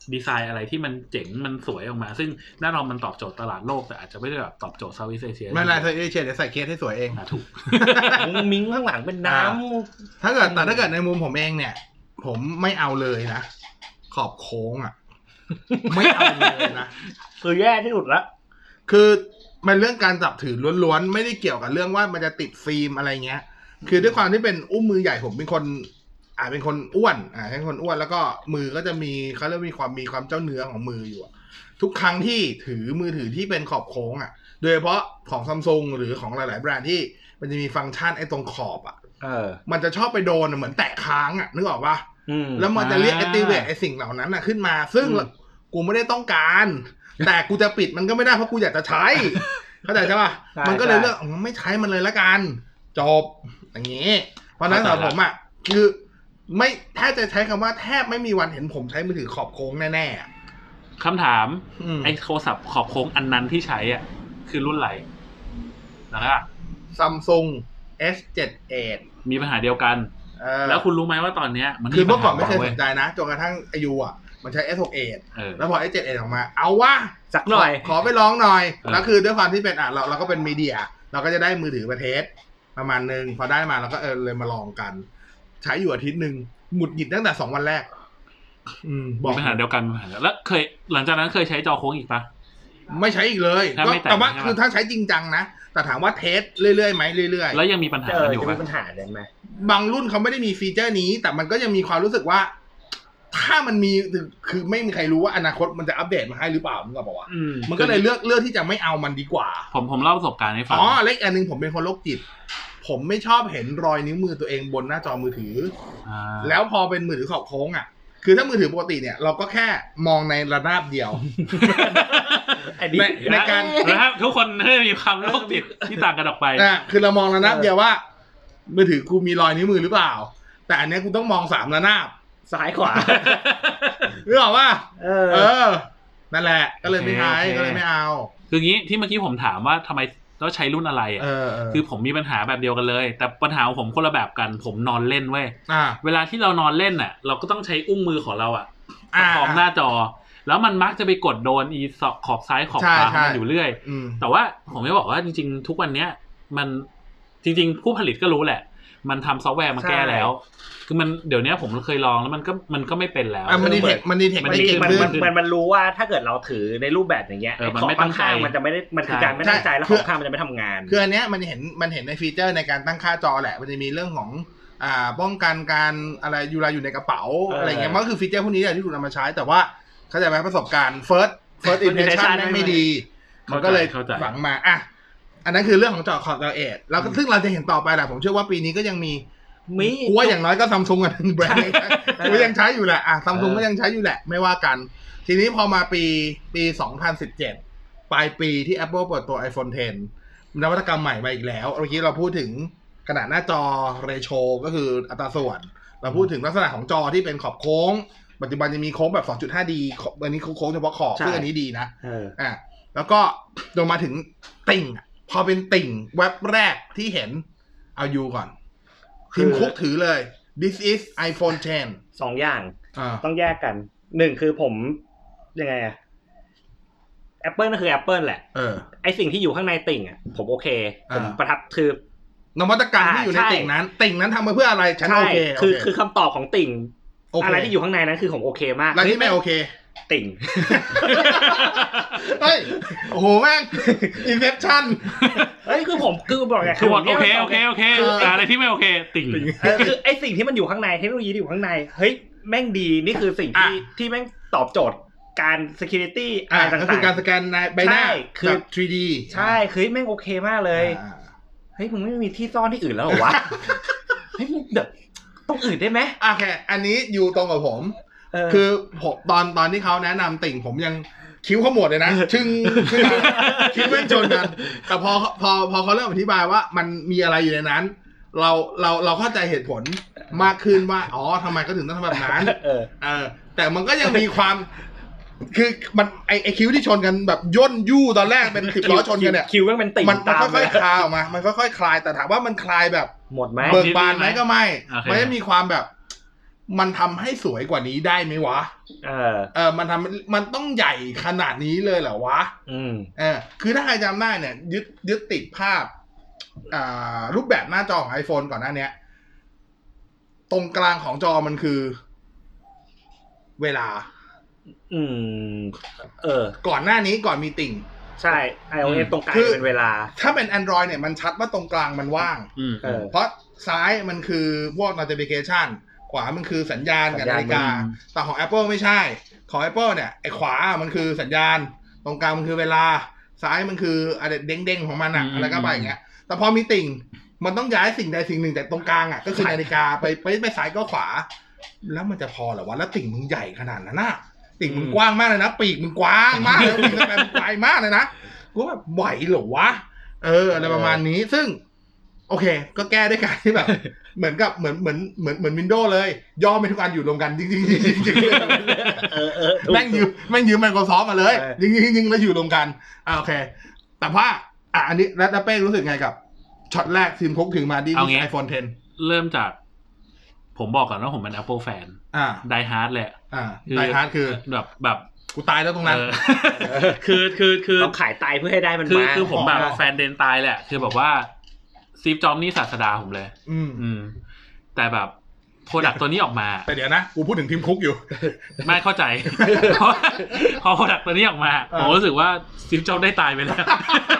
ดีไซน์อะไรที่มันเจ๋งมันสวยออกมาซึ่งแน่นอนมันตอบโจทย์ตลาดโลกแต่อาจจะไม่ได้แบบตอบโจทย์เซาท์อีสต์เอเชียไม่เป็นไรเซาท์อีสต์เอเชียเดี๋ยวใส่เคสให้สวยเองถูกมุ้งมิ้งข้างหลังเป็นน้ำถ้าเกิดแต่ถ้าเกิดในมุมผมเองเนี่ยผมไม่เอาเลยนะขอบโค้งอ่ะไม่เอาเลยนะคือแย่ที่สุดละคือมันเรื่องการจับถือล้วนๆไม่ได้เกี่ยวกับเรื่องว่ามันจะติดฟิล์มอะไรเงี้ยคือด้วยความที่เป็นอุ้มมือใหญ่ผมเป็นคนอ่าเป็นคนอ้วนอ่าเป็นคนอ้วนแล้วก็มือก็จะมีเขาเรียกมีความมีความเจ้าเนื้อของมืออยู่ทุกครั้งที่ถือมือถือที่เป็นขอบโค้งอ่ะโดยเฉพาะของ Samsung หรือของหลายๆแบรนด์ที่มันจะมีฟังก์ชันไอ้ตรงขอบอ่ะเออมันจะชอบไปโดนเหมือนแตะค้างอ่ะนึกออกปะแล้วมันจะเรียก activate ไอ้สิ่งเหล่านั้นอ่ะขึ้นมาซึ่งกูไม่ได้ต้องการแต่กูจะปิดมันก็ไม่ได้เพราะกูอยากจะใช้เข้าใจใช่ป่ะมันก็เลยเลือกไม่ใช้มันเลยละกันจบอย่างงี้เพราะนั้นสำหรับผมอ่ะคือไม่แทบจะใช้คำว่าแทบไม่มีวันเห็นผมใช้มือถือขอบโค้งแน่ๆคำถามไอ้โทรศัพท์ขอบโค้งอันนั้นที่ใช้อ่ะคือรุ่นอะไรนะครับ Samsung เอส เซเว่น เอทมีปัญหาเดียวกันแล้วคุณรู้ไหมว่าตอนเนี้ยมันคือเมื่อก่อนไม่เคยสนใจนะจนกระทั่งอายุอ่ะมันใช้ เอส หก เอท แล้วพอ เอส เซเว่น เอท ออกมาเอาวะสักหน่อยขอไปลองหน่อยแล้วคือด้วยความที่เป็นอ่ะเราเราก็เป็นมีเดียเราก็จะได้มือถือมาเทสประมาณนึงพอได้มาเราก็เออเลยมาลองกันใช้อยู่อาทิตย์นึงหงุดหงิดตั้งแต่สองวันแรกอืมบอกปัญหาเดียวกันแล้วเคยหลังจากนั้นเคยใช้จอโค้งอีกปะไม่ใช้อีกเลยก็แต่ว่าคือถ้าใช้จริงจังนะแต่ถามว่าเทสเรื่อยๆไหมเรื่อยๆแล้วยังมีปัญหาอยู่ไหมมีปัญหาเลยไหมบางรุ่นเขาไม่ได้มีฟีเจอร์นี้แต่มันก็ยังมีความรู้สึกว่าถ้ามันมีคือไม่มีใครรู้ว่าอนาคตมันจะอัปเดตมาให้หรือเปล่ามึงก็บอกว่ามันก็เลยเลือกเลือกที่จะไม่เอามันดีกว่าผมผมเล่าประสบการณ์ให้ฟังอ๋อเล็กอันนึงผมเป็นคนโรคจิตผมไม่ชอบเห็นรอยนิ้วมือตัวเองบนหน้าจอมือถือแล้วพอเป็นมือถือขอบโค้งอ่ะคือถ้ามือถือปกติเนี่ยเราก็แค่มองในระนาบเดียวในในการนะครับทุกคนให้มีความโรคจิตที่ต่างกันออกไปอ่ะคือเรามองระนาบเดียวว่ามือถือกูมีรอยนิ้วมือหรือเปล่าแต่อันนี้กูต้องมองสามระนาบซ้ายขวานึกออกป่ะเออเออนั่นแหละก็เลยไม่ใช้ก็เลยไม่เอาคืองี้ที่เมื่อกี้ผมถามว่าทำไมต้องใช้รุ่นอะไรอ่ะคือผมมีปัญหาแบบเดียวกันเลยแต่ปัญหาของผมคนละแบบกันผมนอนเล่นเว้ยเวลาที่เรานอนเล่นน่ะเราก็ต้องใช้อุ้งมือของเราอ่ะประคองหน้าจอแล้วมันมักจะไปกดโดนอีขอบซ้ายขอบขวามันอยู่เรื่อยแต่ว่าผมไม่บอกว่าจริงๆทุกวันเนี้ยมันจริงๆผู้ผลิตก็รู้แหละมันทำซอฟต์แวร์มาแก้แล้วคือมันเดี๋ยวนี้ผมเคยลองแล้วมันก็มันก็ไม่เป็นแล้วมันดีเทคมันดีเทคมันเก่งขึ้นมันมันรู้ว่าถ้าเกิดเราถือในรูปแบบอย่างเงี้ยขอบข้างมันจะไม่ได้มันคือการไม่ตั้งใจแล้วขอบข้างมันจะไม่ทำงานคืออันเนี้ยมันเห็นมันเห็นในฟีเจอร์ในการตั้งค่าจอแหละมันจะมีเรื่องของอ่าป้องกันการอะไรอยู่รายอยู่ในกระเป๋าอะไรเงี้ยมันก็คือฟีเจอร์พวกนี้แหละที่ถูกนำมาใช้แต่ว่าเข้าใจไหมประสบการณ์ first first impression ไม่ดีมันก็เลยฝังมาอ่ะอันนั้นคือเรื่องของจอขอบจอเอทแล้วซึ่งเราจะเห็นต่อไปแหละผมเชื่อว่าปีนี้ก็ยังมีมีกูว่าอย่างน้อยก็ Samsung อ่ะแบรนด์กูยังใช้อยู่แหละอ่ะ Samsung ก็ยังใช้อยู่แหละไม่ว่ากันทีนี้พอมาปีปีสองพันสิบเจ็ดปลายปีที่ Apple เปิดตัว iPhone เท็นนวัตกรรมใหม่มาอีกแล้วเมื่อกี้เราพูดถึงขนาดหน้าจอเรโชก็คืออัตราส่วนเราพูดถึงลักษณะของจอที่เป็นขอบโค้งปัจจุบันจะมีโค้งแบบ สองจุดห้า ดี อันนี้โค้งเฉพาะขอบซึ่งอันนี้ดีนะอ่ะแล้วก็ลงมาถึงติ่งพอเป็นติ่งเว็บแรกที่เห็นเอายูก่อนทีมคุกถือเลย this is iPhone เท็นสองอย่างต้องแยกกันหนึ่งคือผมยังไงอะ Apple นั่นคือ Apple แหละเออไอสิ่งที่อยู่ข้างในติ่งอะผมโอเคผมประทับคือนวัตกรรมที่อยู่ในติ่งนั้นติ่งนั้นทำมาเพื่ออะไรฉันโอเคคือคือคำตอบของติ่งอะไรที่อยู่ข้างในนั้นคือผมโอเคมากอะไรที่ไม่โอเคติ่งเฮ้ยโอ้โหแม่งอินเซปชั่นเฮ้ยคือผมคือบอกไงคือโอเคโอเคโอเคอะไรที่ไม่โอเคติ่งคือไอสิ่งที่มันอยู่ข้างในเทคโนโลยีที่อยู่ข้างในเฮ้ยแม่งดีนี่คือสิ่งที่ที่แม่งตอบโจทย์การ security อะไรต่างๆก็คือการสแกนในใบหน้าแบบ ทรี ดีใช่คือแม่งโอเคมากเลยเฮ้ยมึงไม่มีที่ซ่อนที่อื่นแล้วเหรอวะเฮ้ยมึงแบบตรงอื่นได้ไหมโอเคอันนี้อยู่ตรงกับผมคือผมตอนตอนที่เขาแนะนำติ่งผมยังคิ้วขมวดเลยนะชึ่งคิ้วแม่งชนกันแต่พอพอพอเขาเริ่มอธิบายว่ามันมีอะไรอยู่ในนั้นเราเราเราเข้าใจเหตุผลมากขึ้นว่าอ๋อทำไมเขาถึงต้องทำแบบนั้นเออเออแต่มันก็ยังมีความคือมันไอไอคิ้วที่ชนกันแบบย่นยู่ตอนแรกเป็นสิบล้อชนกันเนี่ยคิ้วแม่งเป็นติ่งมันค่อยๆคลายออกมามันค่อยๆคลายแต่ถามว่ามันคลายแบบหมดไหมเบิกบานไหมก็ไม่มันจะมีความแบบมันทำให้สวยกว่านี้ได้ไหมวะเออเออมันทำมันต้องใหญ่ขนาดนี้เลยเหรอวะอืมเออคือถ้าใครจำได้เนี่ยยึดยึดติดภาพอ่ารูปแบบหน้าจอของ iPhone ก่อนหน้านี้ตรงกลางของจอมันคือเวลาอืมเออก่อนหน้านี้ก่อนมีติ่งใช่ iOS ตรงกลางเป็นเวลาถ้าเป็น Android เนี่ยมันชัดว่าตรงกลางมันว่างเออเพราะซ้ายมันคือพวก notification ขวามันคือสัญญาณกับนาฬิกาแต่ของ Apple ไม่ใช่ของ Apple เนี่ยไอ้ขวามันคือสัญญาณตรงกลางมันคือเวลาซ้ายมันคืออะไรเด้งๆของมันอะอะไรก็ไปอย่างเงี้ยแต่พอมีติ่งมันต้องย้ายสิ่งใดสิ่งหนึ่งจากตรงกลางอ่ะก็คือนาฬิกาไปไปไปซ้ายก็ขวาแล้วมันจะพอเหรอวะแล้วติ่งมึงใหญ่ขนาดนั้นน่ะติ่งมึงกว้างมากเลยนะปีกมึงกว้างมากเลยปีกมึงแบบไกลมากเลยนะกูแบบไหวเหรอวะเอออะไรประมาณนี้ซึ่งโอเคก็แก้ด้วยการที่แบบเหมือนกับเหมือนเหมือนเหมือนเหมือนวินโดว์เลยย่อไปทุกอันอยู่รวมกันจริงจริงจริงเออเออแม่งยืมแม่งยืม Microsoft มาเลยจริงจริงจริงแล้วอยู่รวมกันอ่าโอเคแต่ว่าอ่ะอันนี้แล้วเป้รู้สึกไงกับช็อตแรกทีมคุกถึงมาดีที่ iPhone เท็นเริ่มจากผมบอกก่อนว่าผมเป็น Apple fan อ่าไดฮาร์ดแหละอ่าไดฮาร์ดคือแบบแบบกูตายแล้วตรงนั้นคือคือคือต้องขายตายเพื่อให้ได้มันมาคือคือผมแบบแฟนเดนตายแหละคือแบบว่าซีฟจ็อบส์นี่ศาสดาผมเลยอืมอืมแต่แบบโปรดักต์ตัวนี้ออกมาแต่เดี๋ยวนะกูพูดถึงทีมคุกอยู่ไม่เข้าใจเพราะพอโปรดักต์ตัวนี้ออกมาผมรู้สึกว่าซีฟจ็อบส์ได้ตายไปแล้ว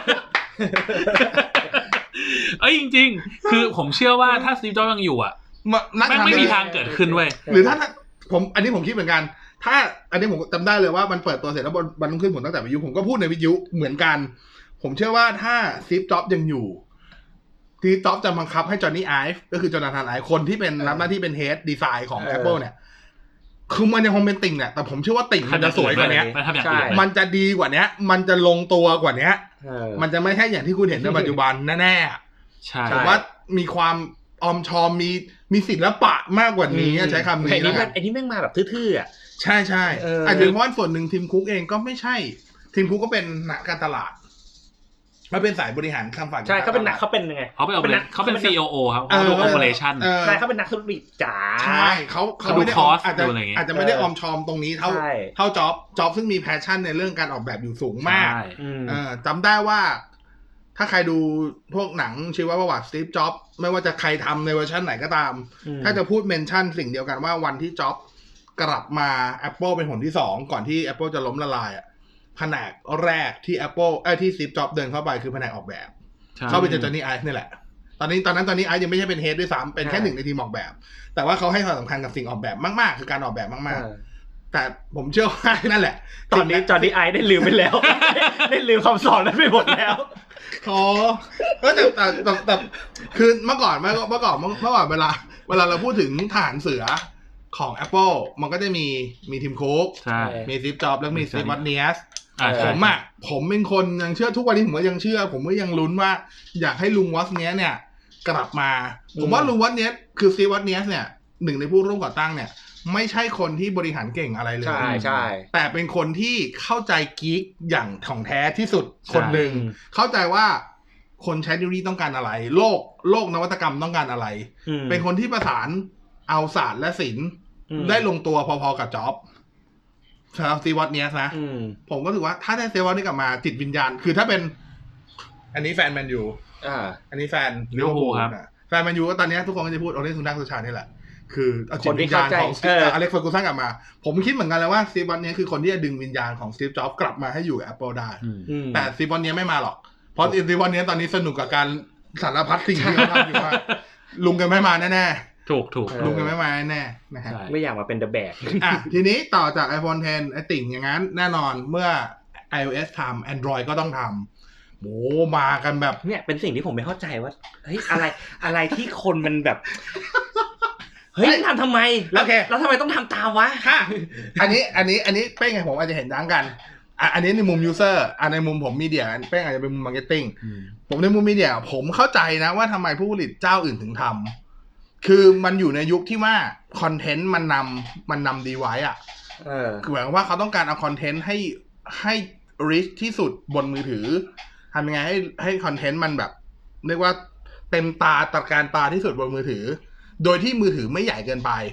เอ้ยจริงๆคือผมเชื่อว่าถ้าสตีฟจ็อบส์ยังอยู่อ่ะไม่ไม่มีทางเกิดขึ้นเว้ยหรือถ้าผมอันนี้ผมคิดเหมือนกันถ้าอันนี้ผมจำได้เลยว่ามันเปิดตัวเสร็จแล้วบนบันทึกขึ้นผมตั้งแต่วิทยุผมก็พูดในวิทยุเหมือนกันผมเชื่อว่าถ้าสตีฟจ็อบส์ยังอยู่สตีฟจ็อบส์จะบังคับให้จอห์นนี่ไอฟ์ก็คือจอนาธานไอฟ์คนที่เป็นรับหน้าที่เป็นเฮดดีไซน์ของ Apple เนี่ยคือมันยังคงเป็นติ่งแหละแต่ผมเชื่อว่าติ่งมันจะสวยกว่านี้มันจะดีกว่านี้มันจะลงตัวกว่านี้มันจะไม่ใช่อย่างที่คุณเห็นในปัจจุบันแน่ๆใช่ผมว่ามีความออมชอมมีมีศิลปะมากกว่านี้ใช้คำนี้นะครับไอ้นี่แม่งมาแบบทื่อๆอ่ะใช่ใช่อาจจะเพราะส่วนหนึ่งทีมคุกเองก็ไม่ใช่ทีมคุกก็เป็นนักการตลาดเขาเป็นสายบริหารคำฝั่งใช่เขาเป็นนักเขาเป็นยังไงเขาเป็นเขาเป็น ซี อี โอ ครับเขาดู operation ใช่เขาเป็นนักธุรกิจจ๋าใช่เขาเขาไม่ได้อาจจะอาจจะไม่ได้ออมชอมตรงนี้เท่าเท่าจ็อบจ็อบซึ่งมีแพชชั่นในเรื่องการออกแบบอยู่สูงมากจำได้ว่าถ้าใครดูพวกหนังชีวประวัติสตีฟจ็อบไม่ว่าจะใครทำในเวอร์ชันไหนก็ตามถ้าจะพูดเมนชั่นสิ่งเดียวกันว่าวันที่จ็อบกลับมา Apple เป็นหนที่สองก่อนที่ Apple จะล้มละลายอ่ะแผนกแรกที่ Apple เอ้ยที่สตีฟจ็อบเดินเข้าไปคือแผนกออกแบบเข้าไปเจอจอห์นนี่ไอฟ์นี่แหละตอนนี้ตอนนั้นจอห์นนี่ไอฟ์ยังไม่ใช่เป็นเฮดด้วยซ้ำเป็นแค่หนึ่งในทีมออกแบบแต่ว่าเขาให้ความสำคัญกับสิ่งออกแบบมากๆคือการออกแบบมากๆแต่ผมเชื่อว่านั่นแหละตอนนี้จอห์นนี่ไอฟ์ได้ลืมไปแล้วได้ลืมคำสอนนั้นไปหมดแล้วขอก็แต่แต่แต่คือเมื่อก่อนเมื่อเมื่อก่อนเมื่อก่อนเวลาเวลาเราพูดถึงทหารเสือของ Apple มันก็จะมีมีทีมคุกมีสตีฟจ็อบส์แล้วมีสตีฟ วอทเนียสผมอ่ะผมเป็นคนยังเชื่อทุกวันนี้ผมก็ยังเชื่อผมก็ยังลุ้นว่าอยากให้ลุงวอทเนียสเนี่ยกลับมาผมว่าลุงวอทเนียสคือสตีฟ วอทเนียสเนี่ยหนึ่งในผู้ร่วมก่อตั้งเนี่ยไม่ใช่คนที่บริหารเก่งอะไรเลยใช่ใช่แต่เป็นคนที่เข้าใจกิ๊กอย่างของแท้ที่สุดคนหนึ่งเข้าใจว่าคนใช้เทคโนโลยีต้องการอะไรโลกโลกนวัตกรรมต้องการอะไรเป็นคนที่ประสานเอาศาสตร์และศิลป์ได้ลงตัวพอๆกับจ็อบสำหรับสตีฟ วอทเนียสนะผมก็ถือว่าถ้าได้สตีฟ วอทเนียสกลับมาจิตวิญญาณคือถ้าเป็นอันนี้แฟนแมนยูอ่าอันนี้แฟนลิเวอร์พูลครับแฟนแมนยูก็ตอนนี้ทุกคนก็จะพูดโอเลซุนดักสุชานี่แหละคือเอาจิตวิญญาณของอเล็กซ์ เฟอร์กูสันกลับมาผมคิดเหมือนกันเลยว่าสตีฟ วอทเนียสคือคนที่จะดึงวิญญาณของสตีฟ จ็อบส์กลับมาให้อยู่ Apple ได้แต่สตีฟ วอทเนียสไม่มาหรอกเพราะสตีฟ วอทเนียสตอนนี้สนุกกับการสารพัดสิ่งที่เขาทำอยู่ว่าลุงกันไม่มาแน่ๆถูกถูกลุงกันไม่มาแน่ๆนะฮะไม่อยากมาเป็น The Bag อ่ะทีนี้ต่อจาก iPhone เท็นไอ้ติ่งอย่างนั้นแน่นอนเมื่อ iOS ทำ Android ก็ต้องทำโหมากันแบบเนี่ยเป็นสิ่งที่ผมไม่เข้าใจว่าเฮ้ยอะไรอะไรที่คนมันแบบเฮ้ยทำทำไมแล้วแล้วทำไมต้องทำตามวะค่ะอันนี้อันนี้อันนี้เป้งไงผมอาจจะเห็นดังกันอ่ะอันนี้ในมุม user อ่ะในมุมผมมีเดียเป้งอาจจะเป็นมุม marketing ผมในมุมมีเดียผมเข้าใจนะว่าทำไมผู้ผลิตเจ้าอื่นถึงทำคือมันอยู่ในยุคที่ว่าคอนเทนต์มันนำมันนำดีไว้อ่ะเออคือหมายความว่าเขาต้องการเอาคอนเทนต์ให้ให้ rich ที่สุดบนมือถือทำยังไงให้ให้คอนเทนต์มันแบบเรียกว่าเต็มตาตระการตาที่สุดบนมือถือโดยที่มือถือไม่ใหญ่เกินไป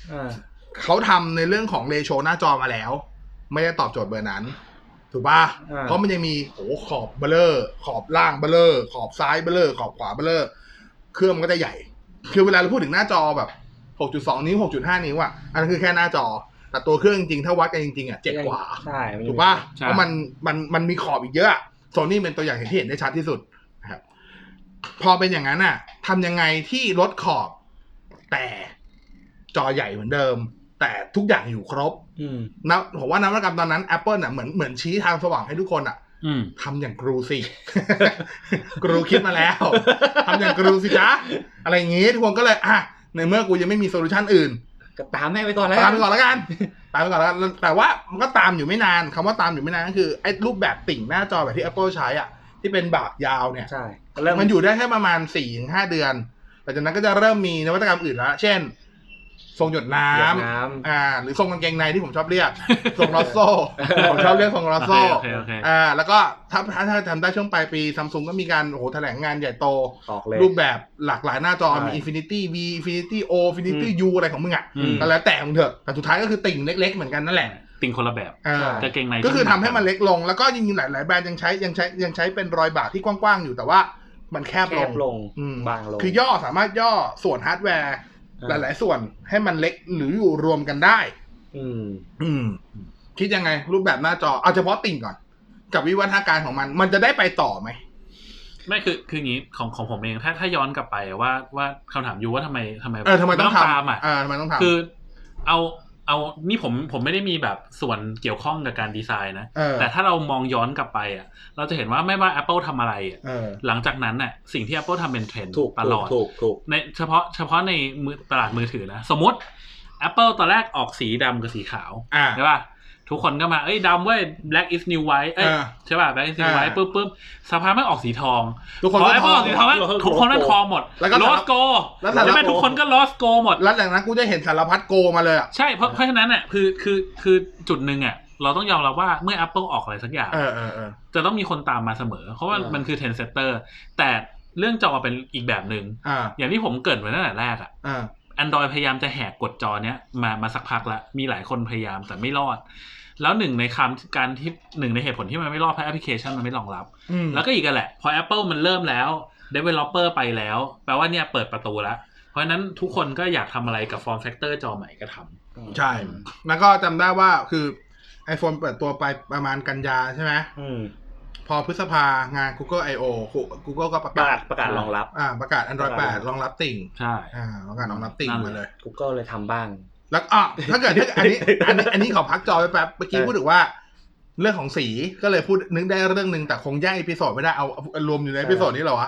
เขาทำในเรื่องของเรโชหน้าจอมาแล้วไม่ได้ตอบโจทย์เบอร์นั้นถูกป่ะเพราะมันยังมีโอ้ขอบเบลอขอบล่างเบลอขอบซ้ายเบลอขอบขวาเบลอเครื่องมันก็จะใหญ่คือเวลาเราพูดถึงหน้าจอแบบ หกจุดสอง นิ้ว หกจุดห้า นิ้วอ่ะอันนั้นคือแค่หน้าจอแต่ตัวเครื่องจริงๆถ้าวัดกันจริงๆอ่ะเจ็ดกว่าถูกป่ะเพราะมันมันมันมีขอบอีกเยอะโซนี่เป็นตัวอย่างที่เห็นได้ชัดที่สุดนะครับพอเป็นอย่างนั้นอ่ะทำยังไงที่ลดขอบแต่จอใหญ่เหมือนเดิมแต่ทุกอย่างอยู่ครบนะผมว่านวัตกรรมตอนนั้น Apple น่ะเหมือนเหมือนชี้ทางสว่างให้ทุกคนอ่ะทำอย่างกรูสิ กรูคิดมาแล้วทำอย่างกรูสิจ๊ะอะไรอย่างงี้ทุกคนก็เลยอ่ะในเมื่อกูยังไม่มีโซลูชันอื่นก็ตามแม่ไปก่อนแล้วตามไปก่อนแล้วกันตามไปก่อนแล้วกันแต่ว่ามันก็ตามอยู่ไม่นานคำว่าตามอยู่ไม่นานก็คือไอ้รูปแบบติ่งหน้าจอแบบที่ Apple ใช้อ่ะที่เป็นบากยาวเนี่ยใช่มันอยู่ได้แค่ประมาณ สี่ถึงห้า เดือนหลังจากนั้นก็จะเริ่มมีนวัตกรรมอื่นแล้วเช่นทรงหยดน้ำอ่าหรือทรงกางเกงในที่ผมชอบเรียกทรงลอสโซ่ผมชอบเรียกทรงลอสโซ่อ่าแล้วก็ถ้าถ้าทำได้ช่วงปลายปี Samsung ก็มีการโอ้โหแถลงงานใหญ่โตรูปแบบหลากหลายหน้าจอมี Infinity V Infinity O Infinity U อะไรของมึงอ่ะก็แล้วแต่มึงเถอะแต่สุดท้ายก็คือติ่งเล็กๆเหมือนกันนั่นแหละติ่งคนละแบบกางเกงในก็คือทำให้มันเล็กลงแล้วก็จริงๆหลายๆแบรนด์ยังใช้ยังใช้ยังใช้เป็นรอยบากที่กว้างๆอยู่แต่ว่ามันแคบลงบางลงคือย่อสามารถย่อส่วนฮาร์ดแวร์หลายๆส่วนให้มันเล็กหรืออยู่รวมกันได้อืมอืมคิดยังไงรูปแบบหน้าจอเอาเฉพาะติ่งก่อนกับวิวัฒนาการของมันมันจะได้ไปต่อไหมไม่คือคืออย่างนี้ของของผมเองถ้าถ้าย้อนกลับไปว่าว่าคำถามอยู่ว่าทำไมทำไมเออทำไมต้องตามอ่ะเออทำไมต้องทำคือเอาเอานี่ผมผมไม่ได้มีแบบส่วนเกี่ยวข้องกับการดีไซน์นะแต่ถ้าเรามองย้อนกลับไปอ่ะเราจะเห็นว่าไม่ว่า Apple ทำอะไรอ่ะหลังจากนั้นน่ะสิ่งที่ Apple ทำเป็นเทรนด์ตลอดในเฉพาะเฉพาะในมือตลาดมือถือนะสมมติ Apple ตอนแรกออกสีดำกับสีขาวใช่ป่ะทุกคนก็มาเอ้ยดำเว้ย black is new white เอ้ยใช่ป่ะ black is new white ปึ๊บปึ๊บสภาพไม่ออกสีทองทุกคนก็ Apple ออกสีทองทุกคนก็ทองหมด lost go แล้วใช่ไหมทุกคนก็ lost go หมดแล้วจากนั้นกูจะเห็นสารพัดโกมาเลยอ่ะใช่เพราะเพราะฉะนั้นอ่ะคือคือคือจุดนึงอ่ะเราต้องยอมรับว่าเมื่อ Apple ออกอะไรสักอย่างจะต้องมีคนตามมาเสมอเพราะว่ามันคือ trend setter แต่เรื่องจอเป็นอีกแบบนึงอย่างที่ผมเกริ่นไว้ตั้งแต่แรกอ่ะAndroid พยายามจะแหกกฎจอเนี้ยมามาสักพักละมีหลายคนพยายามแต่ไม่รอดแล้วหนึ่งในคำการที่หนึ่งในเหตุผลที่มันไม่รอดเพราะแอปพลิเคชันมันไม่รองรับแล้วก็อีกกันแหละพอ Apple มันเริ่มแล้ว developer ไปแล้วแปลว่าเนี่ยเปิดประตูแล้วเพราะฉะนั้นทุกคนก็อยากทำอะไรกับ form factor จอใหม่ก็ทำใช่แล้วก็จำได้ว่าคือ iPhone เปิดตัวไปประมาณกันยาใช่ไหมพอพฤษภางาน Google ไอ โอ Google ก็ประกาศประกาศรองรับอ่าประกาศ Android แปดรองรับติ่งใช่อ่าประกาศรองรับติ่งมาเลย Google เลยทำบ้างแล้วอ่ะถ้าเกิดอันนี้อันนี้อันนี้ขอพักจอไปแป๊บเมื่อกี้พูดถึงว่าเรื่องของสีก็เลยพูดนึกได้เรื่องนึงแต่คงแยกอีพิโซดไม่ได้เอารวมอยู่ในอีพิโซดนี้เหรอวะ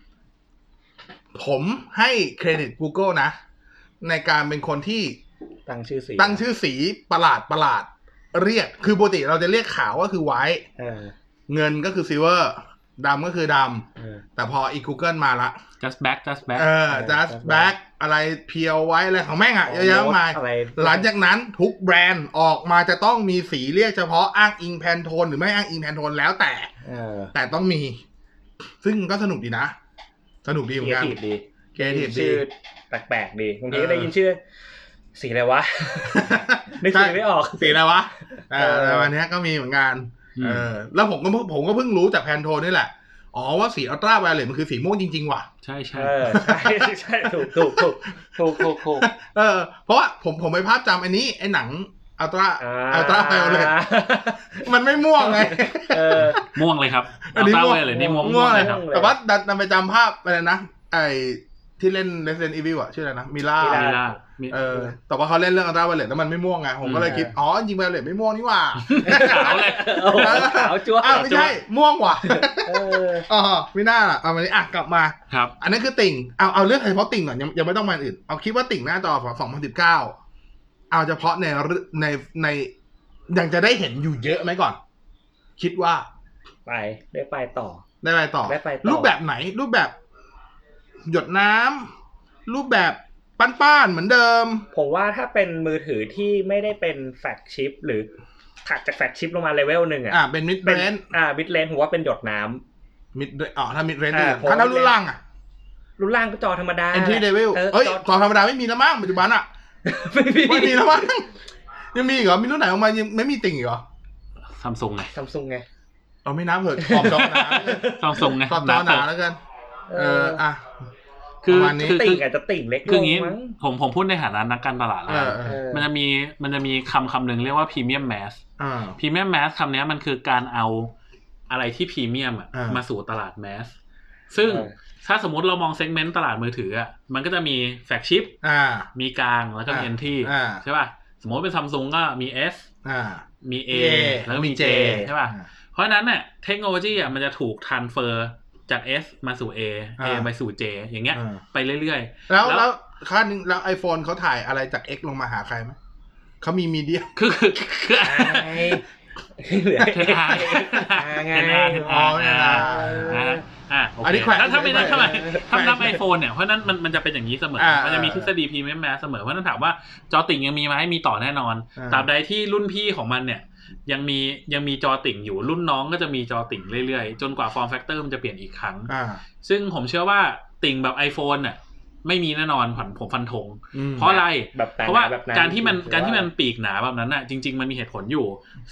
ผมให้เครดิต Google นะในการเป็นคนที่ตั้งชื่อสีตั้งชื่อสีประหลาดประหลาดเรียกคือปกติเราจะเรียกขาวก็คือไวท์เงินก็คือซิลเวอร์ดำก็คือดำแต่พออี Google มาละ just back just back เออ just back อะไรเพียวไว้อะไรของแม่งอ่ะเยอะแยะมากมายหลังจากนั้นทุกแบรนด์ออกมาจะต้องมีสีเรียกเฉพาะอ้างอิงแพนโทนหรือไม่อ้างอิงแพนโทนแล้วแต่แต่ต้องมีซึ่งก็สนุกดีนะสนุกดีเหมือนกันเกรทีฟดีชื่อแปลกๆดีบางทีก็ได้ยินชื่อสีอะไรวะนึกสีไม่ออกสีอะไรวะเออวันนี้ก็มีเหมือนกันเออแล้วผมก็ผมก็เพิ่งรู้จากแพนโทนนี่แหละอ๋อว่าสีอัลตร้าไวโอเลตมันคือสีม่วงจริงๆว่ะใช่ใช่ใช่ใช่ถูกถูกถูกถูกถูกถูกเออเพราะว่าผมผมไปภาพจำอันนี้ไอ้หนังอัลตร้าอัลตร้าไวโอเลตมันไม่ม่วงไงเออม่วงเลยครับอัลตร้าไวโอเลตนี่ม่วงม่วงเลยครับแต่ว่าดันไปจำภาพอะไรนะไอ้ที่เล่น Resident Evil อ่ะชื่ออะไรนะมิล่าเออแต่ว่าเขาเล่นเรื่องอัลตร้าไวโอเลตแล้วมันไม่ม่วงไงผมก็เลยคิดอ๋อจริงไวโอเลตไม่ม่วงนี่หว่าขาวเลยขาวจั๊วอ้าวไม่ใช่ม่วงว่ะเอออ๋อไม่น่าล่ะเอามานี้อ่ะกลับมาครับอันนั้นคือติ่งเอาเอาเรื่องเฉพาะติ่งก่อนยังยังไม่ต้องมาอื่นเอาคิดว่าติ่งหน้าจอของสองพันสิบเก้าเอาเฉพาะในในในยังจะได้เห็นอยู่เยอะไหมก่อนคิดว่าไปได้ไปต่อได้ไปต่อรูปแบบไหนรูปแบบหยดน้ำรูปแบบป้านๆเหมือนเดิมผมว่าถ้าเป็นมือถือที่ไม่ได้เป็นแฟลกชิปหรือถัดจากแฟลกชิปลงมาเลเวลหนึ่งอ่ะอ่าเป็นมิดเรนจ์อ่ามิดเรนจ์ผมว่าเป็นหยดน้ำมิดอ๋อถ้ามิดเรนจ์ถ้ารุ่นล่างอ่ะรุ่นล่างก็จอธรรมดา Entry Level เอ้ยจอธรรมดาไม่มีแล้วมั้งปัจจุบันอ่ะไม่มีไม่มีแล้วมั้งยังมีอีกเหรอมีรุ่นไหนออกมายังไม่มีติ่งอีกเหรอ Samsung ไง Samsung ไงเอาไม่นับเถอะขอบจอหนา Samsung ไงขอบจอหนาแล้วกันเอออ่ะคือคือติ่งอาจจะติ่งเล็กลงมั้งผมผมพูดในฐานะนักการตลาดแล้วมันจะมีมันจะมีคำคำหนึ่งเรียกว่า Premium Mass Premium Mass คำนี้มันคือการเอาอะไรที่พรีเมียมอ่ะมาสู่ตลาดแมสซึ่งถ้าสมมติเรามองเซกเมนต์ตลาดมือถืออ่ะมันก็จะมีแฟลกชิพมีกลางแล้วก็มี Entry ใช่ป่ะสมมติเป็น Samsung ก็มี S มี A แล้วก็มี J ใช่ป่ะเพราะฉะนั้นเนี่ยเทคโนโลยีอ่ะมันจะถูก transfer จาก S มาสู่ A A ไปสู่ J อย่างเงี้ยไปเรื่อยๆแล้วแล้วค่านึงแล้ว iPhone เขาถ่ายอะไรจาก X ลงมาหาใครมั้ยเขามีมีเดียคือคือคือเหลือเทนอาไงอ๋อเนี่ยนะอ่าโอเคแล้วถ้าไม่นับทำไมถ้านับ iPhone เนี่ยเพราะนั้นมันมันจะเป็นอย่างนี้เสมอมันจะมีทฤษฎี Premium Mass เสมอเพราะนั้นถามว่าจอติ่งยังมีมั้ยมีต่อแน่นอนตราบใดที่รุ่นพี่ของมันเนี่ยยังมียังมีจอติ่งอยู่รุ่นน้องก็จะมีจอติ่งเรื่อยๆจนกว่า Form Factor มันจะเปลี่ยนอีกครั้งซึ่งผมเชื่อว่าติ่งแบบ iPhone น่ะไม่มีแน่นอนผมผมฟันธงเพราะอะไรเพราะว่าการที่มันการที่มันปีกหนาแบบนั้นน่ะจริงๆมันมีเหตุผลอยู่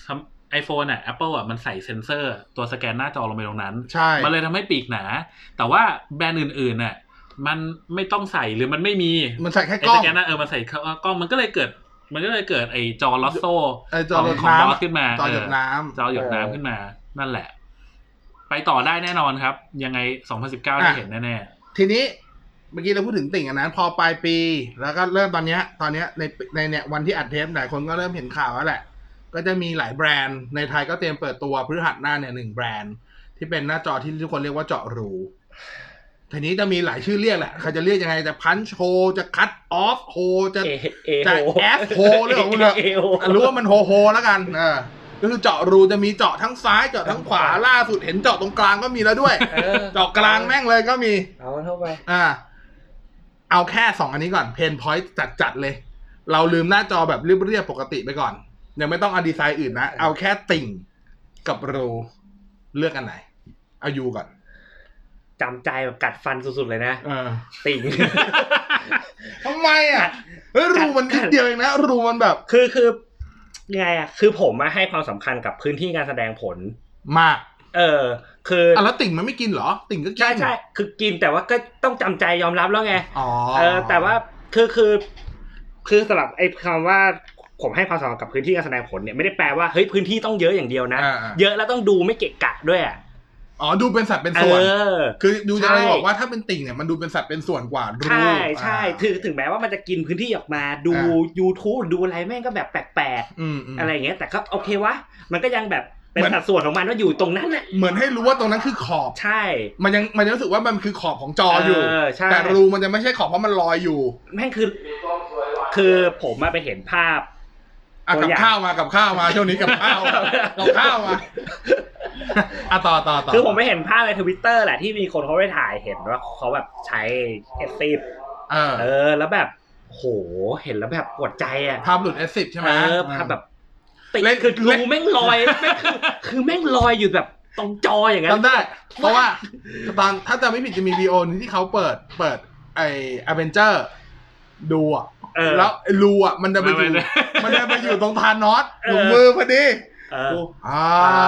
iPhone อ่ะ Apple อ่ะมันใส่เซ็นเซอร์ตัวสแกนหน้าจอลงไปตรงนั้นมันเลยทำให้ปีกหนาแต่ว่าแบรนด์อื่นๆน่ะมันไม่ต้องใส่หรือมันไม่มีมันใส่แค่กล้องสแกนหน้าเออมันใส่กล้องมันก็เลยเกิดมันก็เลยเกิดไอ้จอลอสโซ่ของบอสขึ้นมาจอหยดน้ำจอหยดน้ำขึ้นมานั่นแหละไปต่อได้แน่นอนครับยังไงสองพันสิบเก้าได้เห็นแน่ๆทีนี้เมื่อกี้เราพูดถึงติ่งอันนั้นพอปลายปีแล้วก็เริ่มตอนนี้ตอนนี้ในในเนี่ยวันที่อัดเทปหลายคนก็เริ่มเห็นข่าวแล้วแหละก็จะมีหลายแบรนด์ในไทยก็เตรียมเปิดตัวพฤหัสหน้าเนี่ยหนึ่งแบรนด์ที่เป็นหน้าจอที่ทุกคนเรียกว่าเจาะรูทีนี้จะมีหลายชื่อเรียกแหละใครจะเรียกยังไงจะพันช์โฮจะคัตออฟโฮจะจะแอฟโฮเรื่องของมันเถอะรู้ว่ามันโฮโฮแล้วกันเออก็คือเจาะรูจะมีเจาะทั้งซ้ายเจาะทั้งขวาล่าสุดเห็นเจาะตรงกลางก็มีแล้วด้วยเจาะกลางแม่งเลยก็มีเอาเข้าไปอ่าเอาแค่สองอันนี้ก่อนเพนพอยต์จัดๆเลยเราลืมหน้าจอแบบเรียบๆปกติไปก่อนยังไม่ต้องเอาดีไซน์อื่นนะเอาแค่ติ่งกับรูเลือกอันไหนเอายูก่อนจำใจแบบกัดฟันสุดๆเลยนะเออติ่งทำไมอ่ะเฮ้ยรูมันนิดเดียวเองนะรูมันแบบคือคือยังไงอ่ะคือผมมาให้ความสำคัญกับพื้นที่การแสดงผลมากเออคืออ่ะแล้วติ่งมันไม่กินเหรอติ่งก็กินใช่ใช่คือกินแต่ว่าก็ต้องจำใจยอมรับแล้วไงอ๋อเออแต่ว่าคือคือคือสำหรับไอ้คำว่าผมให้ความสำคัญกับพื้นที่การแสดงผลเนี่ยไม่ได้แปลว่าเฮ้ยพื้นที่ต้องเยอะอย่างเดียวนะเยอะแล้วต้องดูไม่เกะกะด้วยอ่ะอ๋อดูเป็นสัตว์เป็นส่วนคือดูจะบอกว่าถ้าเป็นติ่งเนี่ยมันดูเป็นสัตว์เป็นส่วนกว่าใช่ใช่ถึงถึงแม้ว่ามันจะกินพื้นที่ออกมาดู YouTube ดูอะไรแม่งก็แบบแปลกๆอะไรอย่างเงี้ยแต่ก็โอเควะมันก็ยังแบบเป็นสัดส่วนของมันว่าอยู่ตรงนั้นน่ะเหมือนให้รู้ว่าตรงนั้นคือขอบใช่มันยังมันยังรู้สึกว่ามันคือขอบของจออยู่แต่รูมันจะไม่ใช่ขอบเพราะมันลอยอยู่แม่งคือคือผมมาไปเห็นภาพอ่ะกับข้าวมากับข้าวมาช่วงนี้กับข้าวกับข้าวมาอ่ะต่อต่อต่อคือผมไปเห็นภาพใน Twitter แหละที่มีคนเขาไปถ่ายเห็นว่าเขาแบบใช้ เอส สิบเออเออแล้วแบบโหเห็นแล้วแบบปวดใจอ่ะภาพหลุด เอส สิบ ใช่มั้ยเออภาพแบบติดคือรูแม่งลอยแม่งคือคือแม่งลอยอยู่แบบตรงจออย่างนั้นจำได้เพราะว่าตอนถ้าจำไม่ผิดจะมีวีดีโอนึงที่เขาเปิดเปิดไอ้ Avenger ดูอ่ะแล้วไอ้รูอ่ะมันจะไปอยู่มันจะไปอยู่ตรงทานอสหนุนมือพอดีอ่า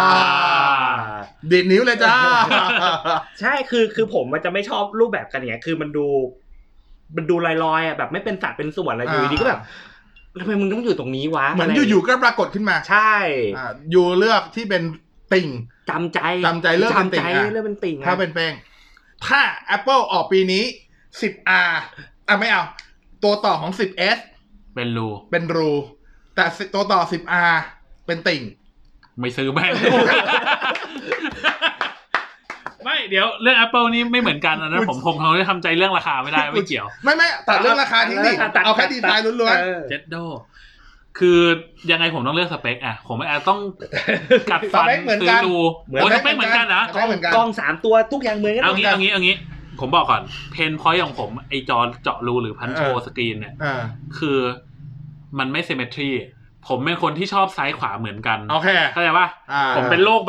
ดิดนิ้วเลยจ้าใช่คือคือผมมันจะไม่ชอบรูปแบบกันอย่างเงี้ยคือมันดูมันดูลอยๆอ่ะแบบไม่เป็นสัดเป็นส่วนอะไรอยู่ดีก็แบบทำไมมึงต้องอยู่ตรงนี้วะเหมือนอยู่ๆก็ปรากฏขึ้นมาใช่อ่าอยู่เลือกที่เป็นติ่งจำใจจำใจเลือกเป็นติ่งเลือกเป็นติ่งถ้าเป็นแป้งถ้า Apple ออกปีนี้ สิบอาร์ อ่ะไม่เอาตัวต่อของ สิบเอสเป็นรูเป็นรูแต่ตัวต่อ สิบอาร์ เป็นติ่งไม่ซื้อแม่งไม่เดี๋ยวเรื่อง Apple นี่ไม่เหมือนกันนะผมผมเขาได้ทำใจเรื่องราคาไม่ได้ไม่เกี่ยวไม่ไม่ตัดเรื่องราคาทิ้งดิเอาแค่ดีไซน์ล้วนๆ Jetdo คือยังไงผมต้องเลือกสเปคอ่ะผมอาจต้องกัดฟันซื้อรูโอ้สเปคเหมือนกันนะกล้องสามตัวทุกอย่างเหมือนกันเอางี้เอางี้เอางี้ผมบอกก่อนเพนพอยต์ของผมไอจอเจาะรูหรือพันโชสกรีนเนี่ยคือมันไม่ซิมเมทรีผมเป็นคนที่ชอบซ้ายขวาเหมือนกันโอเคเข้าใจป่ะผมเป็นโรคแบบ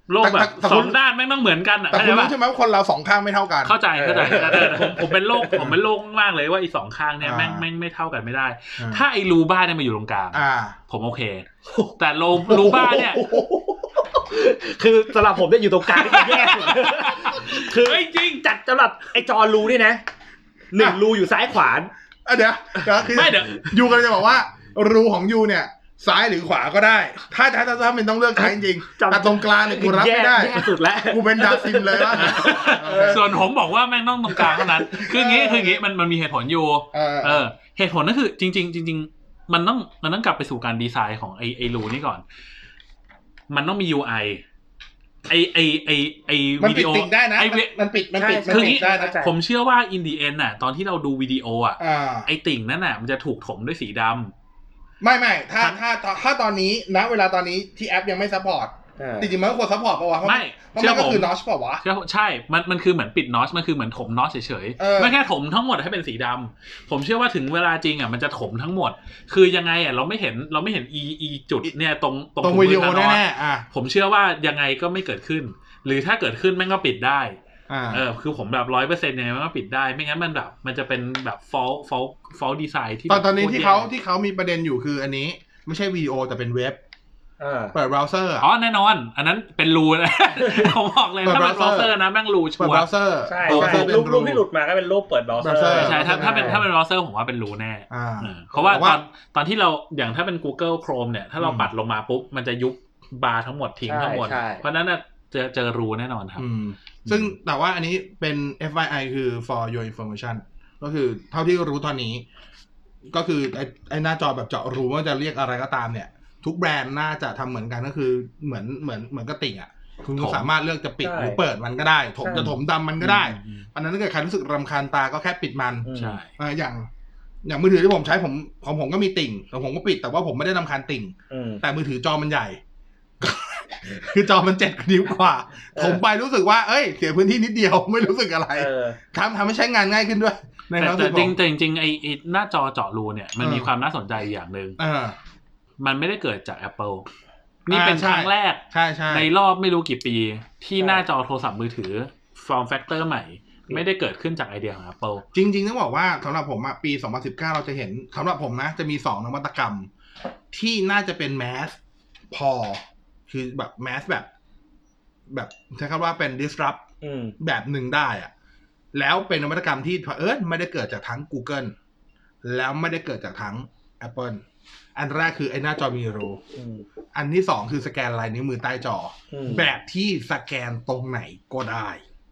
โลกแบบสองด้านไม่ต้องเหมือนกันอ่ะแต่คุณรู้ใช่ไหมว่าคนเราสองข้างไม่เท่ากันเข้าใจเข้าใจผมผมเป็นโลกผมเป็นโลกมากเลยว่าไอ้สองข้างเนี่ยแม่งแม่งไม่เท่ากันไม่ได้ถ้าไอ้รูบ้าเนี่ยมาอยู่ตรงกลางผมโอเคแต่โลรูบ้าเนี่ยคือสำหรับผมเนี่ยอยู่ตรงกลางที่แย่สุดคือจริงจัดสำหรับไอ้จอรูนี่นะหนึ่งรูอยู่ซ้ายขวาเดี๋ยวคือไม่เดี๋ยวยูกันจะบอกว่ารูของยูเนี่ยซ้ายหรือขวาก็ได้ถ้าจะถ้าถ้าเป็นต้องเลือกใช้จริงแต่ตรงกลางเนี่ยกูรับไม่ได้แย่สุดแล้วกูเป็นดาซิมเลยว่าส่วนผมบอกว่าแม่งต้องตรงกลางเท่านั้นคืออย่างงี้คืออย่างงี้มันมันมีเหตุผลอยู่เออเหตุผลก็คือจริงๆจริงๆมันต้องมันต้องกลับไปสู่การดีไซน์ของไอไอรูนี่ก่อนมันต้องมี ยู ไอ ไอไอไอไอวิดีโอได้นะมันปิดมันปิดคืองี้ผมเชื่อว่า in the end น่ะตอนที่เราดูวิดีโออ่ะไอติ่งนั่นน่ะมันจะถูกถมด้วยสีดำไม่ไม่ถ้าถ้าถ้าตอนนี้ณเวลาตอนนี้ที่แอปยังไม่ซัพพอร์ตจริงๆมันก็ควรซัพพอร์ตป่าววะไม่เชื่อผมก็คือนอชป่าววะใช่มันมันคือเหมือนปิดนอชมันคือเหมือนถมนอชเฉยๆไม่แค่ถมทั้งหมดให้เป็นสีดำผมเชื่อว่าถึงเวลาจริงอ่ะมันจะถมทั้งหมดคือยังไงอ่ะเราไม่เห็นเราไม่เห็นอีอีจุดเนี่ยตรงตรงวิดีโอแน่ๆอ่ะผมเชื่อว่ายังไงก็ไม่เกิดขึ้นหรือถ้าเกิดขึ้นแม่งก็ปิดได้เออคือผมแบบ ร้อยเปอร์เซ็นต์ ยังไงมันก็ปิดได้ไม่งั้นมันแบบมันจะเป็นแบบ fault fault fault design ที่ตอนตอนนี้ที่เขาที่เขามีประเด็นอยู่คืออันนี้ไม่ใช่วิดีโอแต่เป็นเว็บเปิดเบราว์เซอร์อ๋อแน่นอนอันนั้นเป็นรูนะผมบอกเลยถ้าเป็นเบราว์เซอร์นะแม่งรูชัวร์เปิดเบราว์เซอร์ใช่รูปรูปที่หลุดมาก็เป็นรูปเปิดเบราว์เซอร์ใช่ถ้าถ้าเป็นถ้าเป็นเบราว์เซอร์ผมว่าเป็นรูแน่เพราะว่าตอนตอนที่เราอย่างถ้าเป็น Google Chrome เนี่ยถ้าเราปัดลงมาปุ๊บมันจะยุบบาร์ทั้งหมดทิ้งทั้งหมดเพราะนั้นน่ะเจอเจอรูแน่นอนครับซึ่งแต่ว่าอันนี้เป็น เอฟ วาย ไอ คือ for your information ก็คือเท่าที่รู้ตอนนี้ก็คือไอ้ไอ้หน้าจอแบบเจาะรูว่าจะเรียกอะไรก็ตามเนี่ยทุกแบรนด์น่าจะทำเหมือนกันก็คือเหมือนเหมือนเหมือนกระติ่งอ่ะคุณสามารถเลือกจะปิดหรือเปิดมันก็ได้ถมจะถมดำมันก็ได้อันนั้นถ้าเกิดใครรู้สึกรำคาญตาก็แค่ปิดมันใช่อย่างอย่างมือถือที่ผมใช้ผมของผมก็มีติ่งแต่ผมก็ปิดแต่ว่าผมไม่ได้รำคาญติ่งแต่มือถือจอมันใหญ่คือจอมันเจ็ดนิ้วกว่าผมไปรู้สึกว่าเอ้ยเสียพื้นที่นิดเดียวไม่รู้สึกอะไรทำทำให้ใช้งานง่ายขึ้นด้วยแต่จริงจริงจริงไอ้หน้าจอเจาะรูเนี่ยมันมีความน่าสนใจอย่างนึงมันไม่ได้เกิดจาก Apple นี่เป็นครั้งแรกในรอบไม่รู้กี่ปีที่หน้าจอโทรศัพท์มือถือ form factor ใหม่ไม่ได้เกิดขึ้นจากไอเดียของ Apple จริงๆต้องบอกว่าสำหรับผมอ่ะปีสองพันสิบเก้าเราจะเห็นสำหรับผมนะจะมีสองนวัตกรรมที่น่าจะเป็นแมสพอคือแบบแมสแบบแบบใช้คำว่าเป็น disrupt แบบหนึ่งได้อ่ะแล้วเป็นนวัตกรรมที่เผอิญไม่ได้เกิดจากทั้ง Google แล้วไม่ได้เกิดจากทั้ง Apple อันแรกคือไอ้หน้าจอมีรูอันที่สองคือสแกนลายนิ้วมือใต้จอแบบที่สแกนตรงไหนก็ได้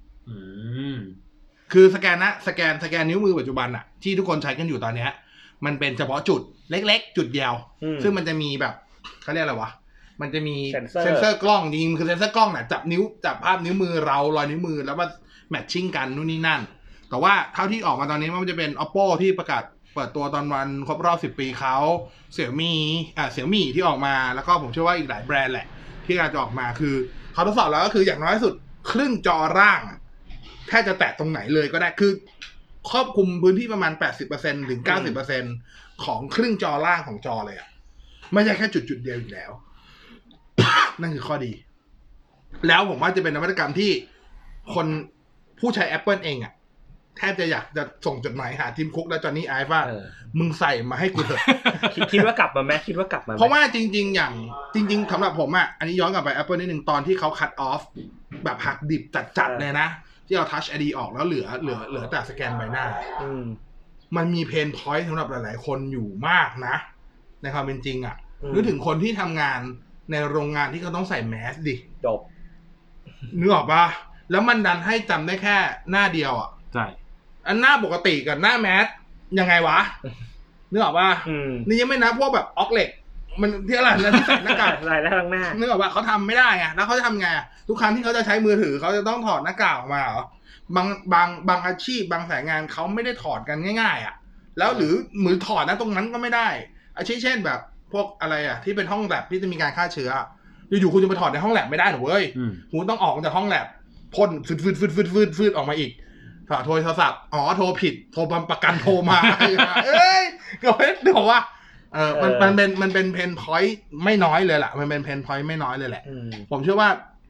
คือสแกนนะสแกนสแกนนิ้วมือปัจจุบันอะที่ทุกคนใช้กันอยู่ตอนนี้มันเป็นเฉพาะจุดเล็กๆจุดเดียวซึ่งมันจะมีแบบเขาเรียกอะไรวะมันจะมีเซนเซอร์กล้องจริงคือเซนเซอร์กล้องน่ะจับนิ้วจับภาพนิ้วมือเรารอยนิ้วมือแล้วมาแมทชิ่งกันนู่นนี่นั่นแต่ว่าเท่าที่ออกมาตอนนี้มันจะเป็น Oppo ที่ประกาศเปิดตัวตอนวันครบรอบสิบปีเขาเสี่ยมี่อ่าเสี่ยมี่ที่ออกมาแล้วก็ผมเชื่อว่าอีกหลายแบรนด์แหละที่กำลังจะออกมาคือเขาทดสอบแล้วก็คืออย่างน้อยสุดครึ่งจอร่างแค่จะแตะตรงไหนเลยก็ได้คือครอบคลุมพื้นที่ประมาณ แปดสิบเปอร์เซ็นต์ ถึง เก้าสิบเปอร์เซ็นต์ ของครึ่งจอล่างของจอเลยอ่ะไม่ใช่แค่จุดจุดเดียวอีกแล้ว นั่นคือข้อดีแล้วผมว่าจะเป็นนวัตกรรมที่คนผู้ใช้ Apple เองอ่ะแทบจะอยากจะส่งจดหมายหาทีมคุกและจอห์นนี่ไอฟ์ว่ามึงใส่มาให้กูเถอะคิดว่ากลับมาไหมคิดว่ากลับมาเพราะว่าจริงๆอย่างจริงๆสำหรับผมอ่ะอันนี้ย้อนกลับไป Apple นิดนึงตอนที่เขา cut off แบบหักดิบจัดๆเลยนะที่เอา Touch ไอ ดี ออกแล้วเหลือเหลือเหลือแต่สแกนใบหน้ามันมีเพนพอยต์สำหรับหลายๆคนอยู่มากนะในความเป็นจริงอ่ะนึกถึงคนที่ทำงานในโรงงานที่เขาต้องใส่แมสดิจบนึกออกปะแล้วมันดันให้จำได้แค่หน้าเดียวอ่ะใช่อันหน้าปกติกับหน้าแมสยังไงวะนึกออกปะนี่ยังไม่นับพวกแบบออกเหล็กมันที่อะไรนะที่ใส่หน้ากากลายแล้วข้างหน้านึกออกปะเขาทำไม่ได้ไงแล้วเขาจะทำไงทุกครั้งที่เขาจะใช้มือถือเขาจะต้องถอดหน้ากากออกมาเหรอบางบางบางอาชีพบางสายงานเขาไม่ได้ถอดกันง่ายๆอ่ะแล้วหรือมือถอดนะตรงนั้นก็ไม่ได้อาชีพเช่นแบบพวกอะไรอ่ะที่เป็นห้องแลบที่จะมีการฆ่าเชื้ออยู่ๆคุณจะมาถอดในห้องแลบไม่ได้หรอเว้ยคุณต้องออกจากห้องแลบพ่นฟืดฟืดฟืดฟืดฟืดฟืดออกมาอีกโทรโทรศัพท์อ๋อโทรผิดโทรประกันโทรมาเอ้ยก็ไม่ได้บอกว่าเออมันมันเป็นมันเป็นเพนพอยต์ไม่น้อยเลยแหละมันเป็นเพนพอยต์ไม่น้อยเลยแหละผมเชื่อว่า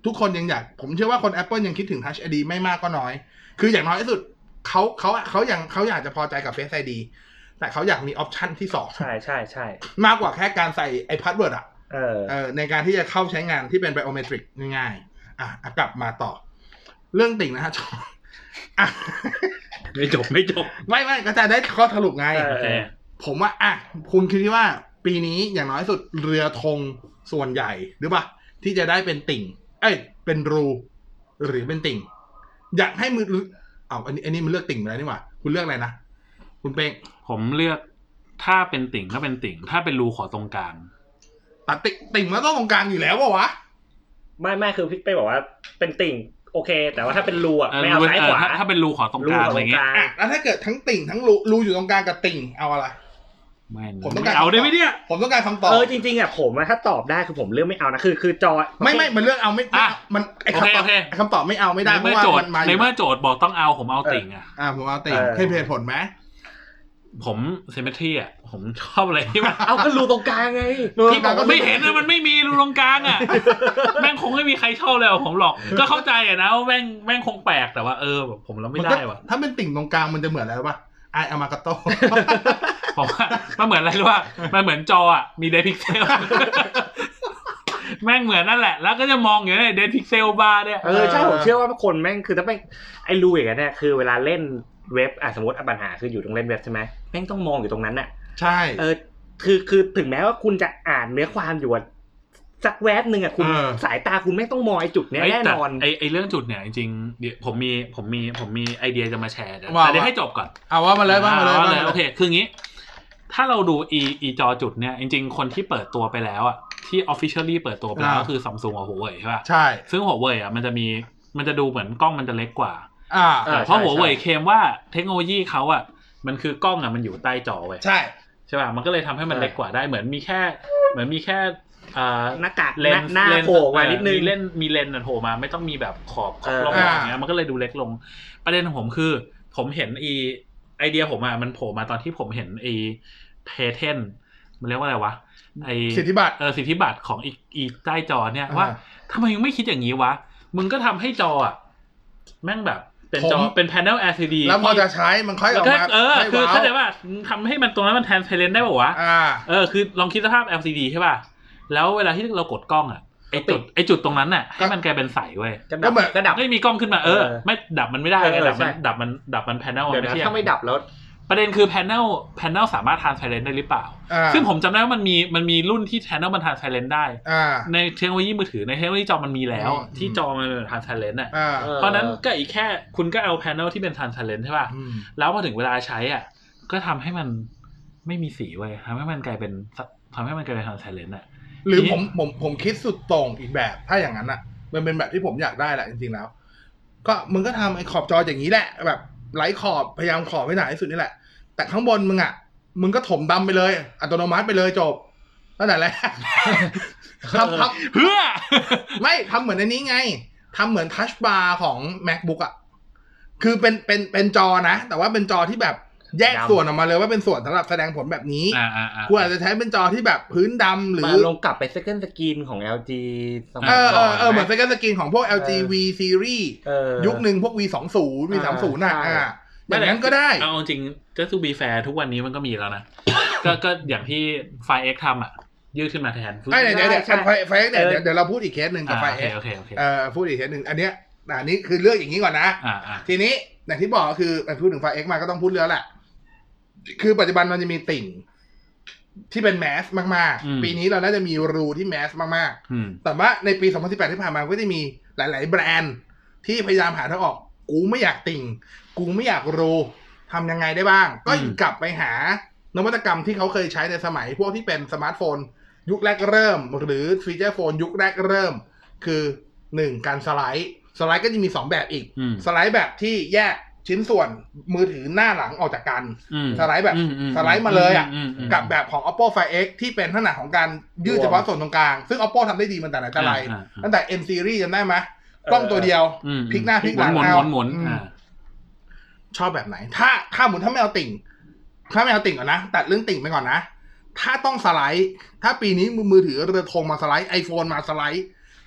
ทุกคนยังอยากผมเชื่อว่าคน Apple ยังคิดถึง Touch ไอ ดี ไม่มากก็น้อยคืออย่างน้อยที่สุดเขาเขาเขายังเขาอยากจะพอใจกับ Face ไอ ดี แต่เขาอยากมีออปชันที่สองใช่ใช่ใช่มากกว่าแค่การใส่ไอ้พาสเวิร์ดอ่ะเออเออในการที่จะเข้าใช้งานที่เป็นไบโอเมตริกง่ายๆอ่ะกลับมาต่อเรื่องติ่งนะฮะอ่ะไม่จบไม่จบไม่ไม่ก็จะได้ข้อสรุปไงผมว่าอ่ะคุณคิดว่าปีนี้อย่างน้อยสุดเรือธงส่วนใหญ่หรือเปล่าที่จะได้เป็นติ่งเอ้ยเป็นรูหรือเป็นติ่งอยากให้มือเอาอันนี้อันนี้มันเลือกติ่งไปแล้วนี่หว่าคุณเลือกอะไรนะคุณเป้งผมเลือกถ้าเป็นติ่งก็เป็นติ่งถ้าเป็นรูขอตรงกลางแต่ติ่งติ่งมันต้องตรงกลางอยู่แล้วป่ะวะไม่ไม่คือพี่เป้บอกว่าเป็นติ่งโอเคแต่ว่าถ้าเป็นรูอ่ะไม่เอาซ้ายขวาถ้าเป็นรูขอตรงกลางอะไรเงี้ยแล้วถ้าเกิดทั้งติ่งทั้งรูรูอยู่ตรงกลางกับติ่งเอาอะไรไม่ผมต้องการเอาได้ไหมเนี่ยผมต้องการคำตอบเออจริงๆอ่ะผมถ้าตอบได้คือผมเลือกไม่เอานะคือคือจอไม่ไม่มันเลือกเอาไม่มันไอ้คำตอบคำตอบไม่เอาไม่ได้เพราะว่ามันมาในเมื่อโจทย์บอกต้องเอาผมเอาติ่งอ่ะอ่าผมเอาติ่งให้เหตุผลไหมผมเซมเมทรีอ่ะผมชอบอะไรที่มันเอาก็รูตรงกลางไงที่บอกไม่เห็นนะมันไม่มีรูตรงกลางอ่ะแม่งคงไม่มีใครชอบเลยผมหรอกก็เข้าใจอ่ะนะว่าแม่งแม่งคงแปลกแต่ว่าเออแบบผมรับไม่ได้ว่ะถ้าเป็นติ่งตรงกลางมันจะเหมือนอะไรป่ะไออามากาโต้ผมว่ามันเหมือนอะไรรู้ป่ะมันเหมือนจออ่ะมีเดทพิกเซลแม่งเหมือนนั่นแหละแล้วก็จะมองอย่างนี้เดทพิกเซลบาร์เนี่ยเออใช่ผมเชื่อว่าคนแม่งคือถ้าแม่งไอ้รูอย่างเงี้ยคือเวลาเล่นเว็บอ่ะสมมติปัญหาคืออยู่ตรงเล่นเว็บใช่ไหมแม่งต้องมองอยู่ตรงนั้นน่ะใช่เออคือคือถึงแม้ว่าคุณจะอ่านเนื้อความอยู่สักแวบนึงอ่ะคุณสายตาคุณไม่ต้องมองไอ้จุดเนี้ยแน่นอนไอ้ไอ้เรื่องจุดเนี่ยจริงๆเดี๋ยวผมมีผมมีผมมีไอเดียจะมาแชร์แต่เดี๋ยวให้จบก่อนเอาว่ามาเลยว่ามาเลยโอเคคืองี้ถ้าเราดูอีอีจอจุดเนี่ยจริงๆคนที่เปิดตัวไปแล้วอ่ะที่ officially เปิดตัวไปแล้วก็คือ Samsung กับ Huawei ใช่ป่ะใช่ซึ่ง Huawei อ่ะมันจะมีมันจะดูเหมือนกล้องมันจะเล็กกว่าอ่าเพราะ Huawei เคลมว่าเทคโนโลยีเขาอ่ะมันคือกล้องอ่ะมันอยู่ใต้จอเว้ยใช่ใช่ป่ะมันก็เลยทำให้มันเล็กกว่าได้เหมือนมีแค่เหมือนมีแค่อ่าหน้ากากเลนส์หน้าโผล่มานิดนึงมีเลนมีเลนส์โผล่มาไม่ต้องมีแบบขอบขอบล่องอย่างเงี้ยมันก็เลยดูเล็กลงประเด็นของผมคือผมเห็นอีไอเดียผมอ่ะมันโผล่มาตอนที่ผมเห็นไอเพเทนมันเรียกว่าอะไรวะไอสิทธิบัตรเออสิทธิบัตรของอีอีใต้จอเนี่ยว่าทำไมยังไม่คิดอย่างนี้วะมึงก็ทำให้จออ่ะแม่งแบบเป็นจอเป็น panel แอล ซี ดีแล้วพอจะใช้มันค่อยออกมาเออคือเข้าใจว่าทำให้มันตรงนั้นมัน transparent ได้ป่าววะเออคือลองคิดสภาพ แอล ซี ดี ใช่ป่ะแล้วเวลาที่เรากดกล้องอ่ะไอจุดไอจุดตรงนั้นน่ะให้มันกลายเป็นใสเว้ยก็เหมือนก็ดับไม่มีกล้องขึ้นมาเออไม่ดับมันไม่ได้ไงดับมันดับมันดับมัน panel ไม่ใช่ถ้าไม่ดับแล้วประเด็นคือ panel panel สามารถ transparent ได้หรือเปล่าซึ่งผมจำได้ว่ามันมีมันมีรุ่นที่ panel มัน transparent ได้ในเทคโนโลยีมือถือในเทคโนโลยีจอมันมีแล้วที่จอมันเป็น transparent อ่ะเพราะนั้นก็อีกแค่คุณก็เอา panel ที่เป็น transparent ใช่ป่ะแล้วพอถึงเวลาใช้อ่ะก็ทำให้มันไม่มีสีเว้ยทำให้มันกลายเป็นทำให้มันกลายเป็น transparent อ่ะหรือผมผมผมคิดสุดตรงอีกแบบถ้าอย่างนั้นอ่ะมันเป็นแบบที่ผมอยากได้แหละจริงๆแล้วก็มึงก็ทำไอ้ขอบจออย่างนี้แหละแบบไร้ขอบพยายามขอบให้หนาที่สุดนี่แหละแต่ข้างบนมึงอ่ะมึงก็ถมดำไปเลยอัตโนมัติไปเลยจบตั้งแต่แรกทำทำเพื่อไม่ทำเหมือนอันนี้ไงทำเหมือนทัชบาร์ของ MacBook อ่ะคือเป็นเป็นเป็นจอนะแต่ว่าเป็นจอที่แบบแยกส่วนออกมาเลยว่าเป็นส่วนสำหรับแสดงผลแบบนี้คุณอาจจะใช้เป็นจอที่แบบพื้นดำหรือลงกลับไป second screen ของ แอล จีสมัยก่อนเออเออเหมือน second screen ของพวก แอล จี V Series ยุคนึงพวก วี สองสิบ วี สามสิบ น่ะอ่ะอย่างนั้นก็ได้เอาจริงจะทูบีแฟร์ทุกวันนี้มันก็มีแล้วนะก็ก็อย่างที่ ไฟล์ X ทำอ่ะยืดขึ้นมาแทนเดี๋ยวเดี๋ยวไฟล์ X เนี่ยเดี๋ยวเราพูดอีกเคสหนึ่งกับไฟล์ X โอเคโอเคเออพูดอีกเคสหนึ่งอันเนี้ยอันนี้คือเลือกอย่างนี้ก่อนนะทีนี้อย่างที่บอกคือพูดถึงไฟล์ X มาก็ต้องพูดเรื่องแหละคือปัจจุบันมันจะมีติ่งที่เป็นแมสมากๆปีนี้เราน่าจะมีรูที่แมสมากๆแต่ว่าในปีสองพันสิบแปดที่ผ่านมาก็จะมีหลายๆแบรนด์ที่พยายามหาทางออกกูไม่อยากติ่งกูไม่อยากรูทำยังไงได้บ้างก็กลับไปหานวัตกรรมที่เขาเคยใช้ในสมัยพวกที่เป็นสมาร์ทโฟนยุคแรกเริ่มหรือฟีเจอร์โฟนยุคแรกเริ่มคือหนึ่งการสไลด์สไลด์ก็จะมีสองแบบอีกสไลด์แบบที่แยกชิ้นส่วนมือถือหน้าหลังออกจากกันสไลด์แบบสไลด์มาเลยอ่ะกับแบบของ Oppo ไฟว์ เอ็กซ์ ที่เป็นขนาดของการยืดเฉพาะส่วนตรงกลางซึ่ง Oppo ทำได้ดีมันแต่ไหนแต่ไรตั้งแต่ M Series จำได้ไหมกล้องตัวเดียวพลิกหน้าพลิกหลังเอาชอบแบบไหนถ้าถ้าหมุนถ้าไม่เอาติ่งถ้าไม่เอาติ่งก่อนนะตัดเรื่องติ่งไปก่อนนะถ้าต้องสไลด์ถ้าปีนี้มือถือเรือธงมาสไลด์ iPhone มาสไลด์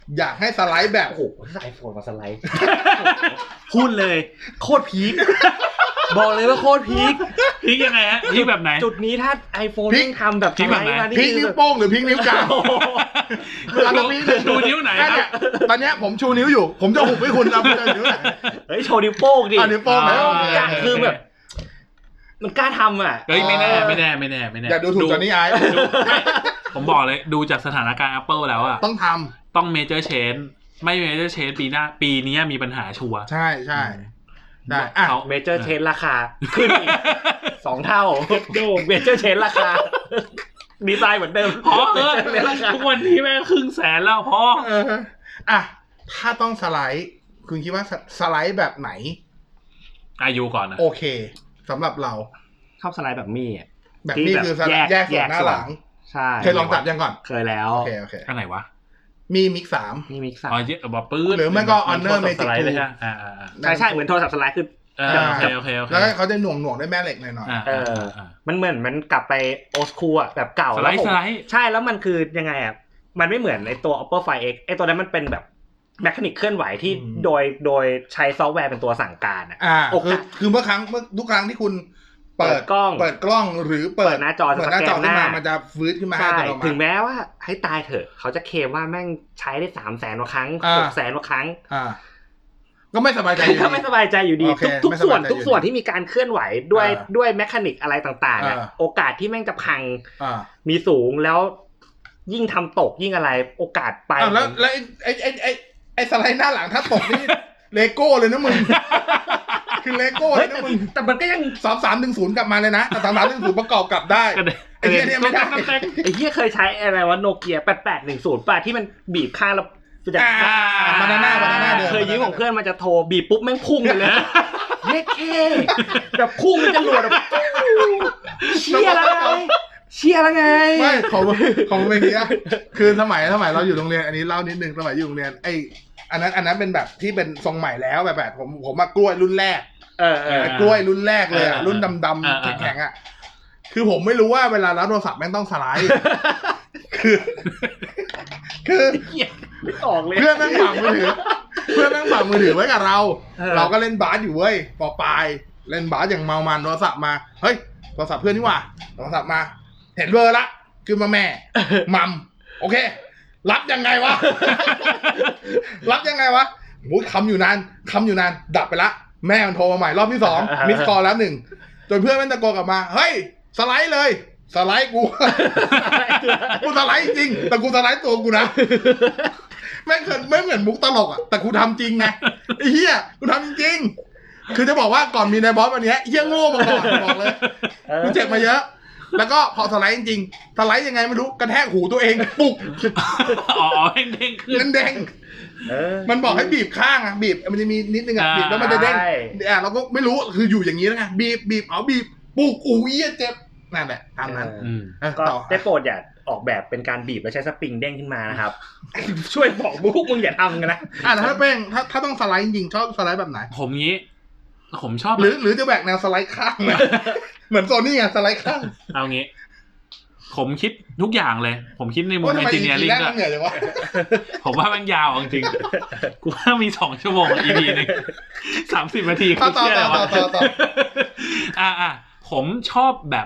อยากให้สไลด์แบบโอ้โหไอโฟนมาสไลด์พูดเลยโคตรพีคบอกเลยว่าโคตรพีคพีคยังไงฮะพีคแบบไหนจุดนี้ถ้า iPhone เพิ่งทำแบบสไลด์มานี่พีคนิ้วโป้งหรือพีคนิ้วกลางเวลาเราพีคชูนิ้วไหนครับตอนนี้ผมชูนิ้วอยู่ผมจะหุบให้คุณเอานิ้วไหนเฮ้ยโชว์นิ้วโป้งดินิ้วโป้งแล้วคือแบบมันกล้าทำอ่ะเฮ้ยไม่แน่ไม่แน่ไม่แน่ไม่แน่อย่าดูถูกจอนี่ไอ้ผมบอกเลยดูจากสถานการณ์ Apple แล้วอ่ะต้องทำต้อง Major Change ไม่ Major Change ปีหน้าปีนี้มีปัญหาชัวร์ใช่ใช่ได้อ่ะ Major Change ราคาขึ้นอีกสองเท่าโด Major Change ราคาดีไซน์เหมือนเดิมพอเออทุกวันนี้แม่งครึ่งแสนแล้วพออ่ะถ้าต้องสไลด์คุณคิดว่าสไลด์แบบไหนอายุก่อนนะโอเคสำหรับเราชอบสไลด์แบบมี่อ่ะแบบมี่คือแยกส่วนหน้าหลังใช่เคยลองจับยังก่อนเคยแล้วโอเคโอเคอันไหนวะมีมิกสามมีมิกสามอ๋อเยอะแบบปื้ดหรือไม่ก็ Honor Magic ทูใช่อ่าใช่ใช่เหมือนโทรศัพท์สไลด์คือโอเคโอเคโอเคแล้วเขาจะหน่วงหน่วงด้วยแม่เหล็กหน่อยหน่อยเออมันเหมือนมันกลับไปโอสคูลอ่ะแบบเก่าแล้วผมใช่แล้วมันคือยังไงอ่ะมันไม่เหมือนในตัว Oppo ไฟว์ เอ็กซ์ ไอตัวนั้นมันเป็นแบบแมคานิกเคลื่อนไหวที่โดยโดยใช้ซอฟต์แวร์เป็นตัวสั่งการอ่ะคือคือเมื่อครั้งเมื่อทุกครั้งที่คุณเปิดกล้องเปิดกล้องหรือเปิดหน้าจอเปิดหน้าจอขึ้นมามันจะฟื้นขึ้นมาให้อัตโนมัติถึงแม้ว่าให้ตายเถอะเขาจะเคลมว่าแม่งใช้ได้ สามแสน กว่าครั้ง หกแสน กว่าครั้งอ่าก็ไม่สบายใจอยู่ดีก็ไม่สบายใจอยู่ดีทุกส่วนทุกส่วนที่มีการเคลื่อนไหวด้วยด้วยแมคานิกอะไรต่างๆอ่ะโอกาสที่แม่งจะพังมีสูงแล้วยิ่งทำตกยิ่งอะไรโอกาสไปแล้วแล้วไอ้ไอ้ไอ้ไอ้สไลด์หน้าหลังถ้าตกนี่เลโก้เลยนะมึงคือเลโก้เลยนะมึงแต่มันก็ยังสามสามหนึ่งศูนย์กลับมาเลยนะแต่สามสามหนึ่งศูนย์ประกอบกลับได้ไอ้เหี้ยเนี่ยไม่ได้ไอ้เหี้ยเคยใช้อะไรวะโนเกียแปดแปดหนึ่งศูนย์ป่ะที่มันบีบข้างแล้วจะบานาน่าบานาน่าเดิมเคยยืมของเพื่อนมันจะโทรบีบปุ๊บแม่งพุ่งเลยนะเย้แค่แบบพุ่งมันจะหลวดแบบเชี่ยอะไรเชี่ยอะไรไงไม่ของของเป็นอย่างนี้คือสมัยสมัยเราอยู่โรงเรียนอันนี้เล่านิดนึงสมัยอยู่โรงเรียนไออันนั้นอันนั้นเป็นแบบที่เป็นทรงใหม่แล้วแบบแบบผมผมมากล้วยรุ่นแรกเออเออกล้วยรุ่นแรกเลยอ่ะรุ่นดำๆแข็งๆอ่ะคือผมไม่รู้ว่าเวลารับโทรศัพท์แม่งต้องสไลด์คือคือออกเลยเพื่อนนั่งฝากมือถือเพื่อนนั่งฝากมือถือไว้กับเราเราก็เล่นบาสอยู่เว้ยปอปลายเล่นบาสอย่างเมามันโทรศัพท์มาเฮ้ยโทรศัพท์เพื่อนนี่หว่าโทรศัพท์มาเห็นเบอร์ละคือมาแม่มัมโอเครับยังไงวะรับยังไงวะโอ้ยคำอยู่นานคำอยู่นานดับไปละแม่มันโทรมาใหม่รอบที่สองมิสคอลแล้วหนึ่งจนเพื่อนมันตะโกนกลับมาเฮ้ยสไลด์เลยสไลด์กูกูสไลด์จริงแต่กูสไลด์ตัวกูนะแม่งเกิดไม่เหมือนมุกตลกอ่ะแต่กูทำจริงไงไอ้เหี้ยกูทำจริงคือจะบอกว่าก่อนมีในบอสวันนี้เหี้ยโง่มาก่อนบอกเลยกูเจ็บมาเยอะแล้วก็พอสไลด์จริงสไลด์ยังไงไม่รู้กระแทกหูตัวเองปุกอ๋อเด้งขึ้นเด้งมันบอกให้บีบข้างอ่ะบีบมันจะมีนิดนึงอ่ะบีบแล้วมันจะเด้งอ่ะเราก็ไม่รู้คืออยู่อย่างนี้แล้วไงบีบบีบเอาบีบปุกอู้ยเจ็บนั่นแหละตามนั้นก็ได้โปรดอย่าออกแบบเป็นการบีบแล้วใช้สปริงเด้งขึ้นมานะครับช่วยบอกพวกมึงอย่าทำกันนะอ่ะถ้าเป้งถ้าถ้าต้องสไลด์จริงชอบสไลด์แบบไหนผมงี้ผมชอบหรือหรือจะแบกแนวสไลด์ข้างนะเหมือนโซนี่ไงสไลด์ข้างเอางี้ผมคิดทุกอย่างเลยผมคิดในมุมเอนจิเนียริ่งก็ผมว่ามันยาวจริงๆกูว่ามีสองชั่วโมง อี พี นึงสามสิบนาทีกูเชื่อแล้วว่าอ่ะอ่ะผมชอบแบบ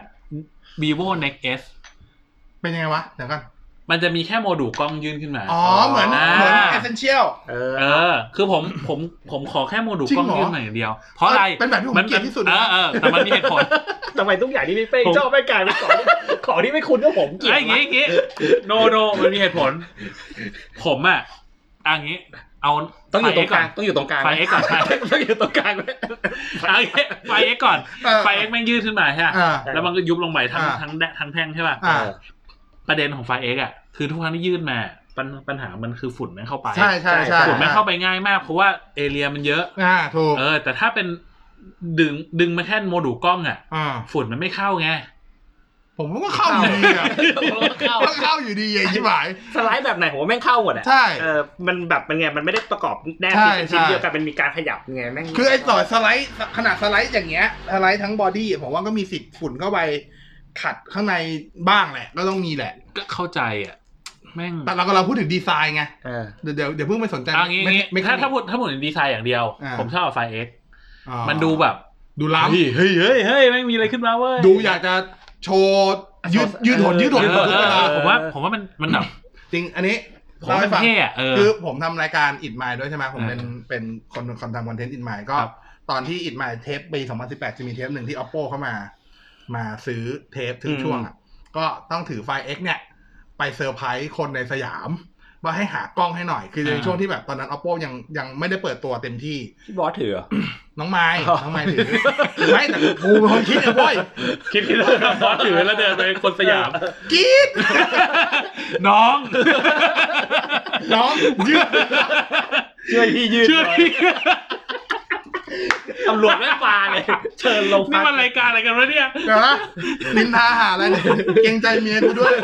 vivo next s เป็นยังไงวะเดี๋ยวกันมันจะมีแค่โมดูลกล้องยื่นขึ้นมาอ๋อเหมือนเหมือน essential เออเออคือผมผมผมขอแค่โมดูลกล้องยื่นมาอย่างเดียวเพราะอะไรเป็นแบบที่ผมเกลียดที่สุดเออเออแต่มันมีเหตุผลทำไมทุกอย่างที่พี่เป้ชอบไม่กลายเป็นของของที่ไม่คุ้นกับผมเกลียดไอ้งี้งี้โนโนมันมีเหตุผลผมอ่ะอ่ะงี้เอาต้องอยู่ตรงกลางต้องอยู่ตรงกลางไฟ X ก่อนต้องอยู่ตรงกลางไว้ไฟ X ก่อนไฟ X แม่งยืดขึ้นมาใช่ป่ะแล้วมันก็ยุบลงไปทั้งทั้งทั้งแท่งใช่ป่ะประเด็นของไฟ X อ่ะคือทุกครั้งที่ยืดมาปัญหามันคือฝุ่นมันเข้าไปใช่ใช่ใช่ฝุ่นมันเข้าไปง่ายมากเพราะว่าเอเรียมันเยอะอ่าถูกเออแต่ถ้าเป็นดึงดึงมาแค่โมดูลกล้องอ่ะฝุ่นมันไม่เข้าไงผมก็เข้าอยู่ดีอ่ะเข้าเข้าอยู่ดีอย่างที่หมายสไลด์แบบไหนผมว่าแม่งเข้าหมดอ่ะใช่เออมันแบบมันไงมันไม่ได้ประกอบแนบชิ้นเดียวกันมันมีการขยับไงแม่งคือไอ้ต่อสไลด์ขนาดสไลด์อย่างเงี้ยสไลด์ทั้งบอดี้ผมว่าก็มีสิทธิ์ฝุ่นเข้าไปขัดข้างในบ้างแหละก็ต้องมีแหละก็เข้าใจอ่ะแม่งแต่เราก็เราพูดถึงดีไซน์ไงเดี๋ยวเดี๋ยวเดี๋ยวเพิ่งไปสนใจไม่ถ้าถ้าพูดถ้าพูดถึงดีไซน์อย่างเดียวผมชอบไฟ X มันดูแบบดูล้ำเฮ้ยเฮ้ยเฮ้ยไม่มีอะไรขึ้นมาเว้ยดูอยากจะโชว์ยืดยืดหดยืดหดทุกเวลาผมว่าผมว่ามันมันแบบจริงอันนี้ผมเป็นเท่คือผมทำรายการอิดไมล์ด้วยใช่ไหมผมเป็นเป็นคนคนทำคอนเทนต์อิดไมล์ก็ตอนที่อิดไมล์เทปปีสองพันสิบแปดจะมีเทปหนึ่งที่ Oppo เข้ามามาซื้อเทปถึงช่วงอ่ะก็ต้องถือไฟ X เนี่ยไปเซอร์ไพรส์คนในสยามว่าให้หากล้องให้หน่อยคือในช่วงที่แบบตอนนั้น Oppo ยังยังไม่ได้เปิดตัวเต็มที่พี่บอสถือน้องไม้น้องไม้ถือไม่แต่กูเป็นคนคิดนะเว้ยคิดคิดแล้วบอสถือแล้วเดินไปคนสยามกรี๊ดน้องน้องยืดช่วยพี่ยืดช่วยพี่ตำรวจแม่ปลาเลยเชิญลงนี่มันรายการอะไรกันวะเนี่ยเดี๋ยวนะนินทาหาอะไรเนี่ยเกรงใจเมียกูด้วย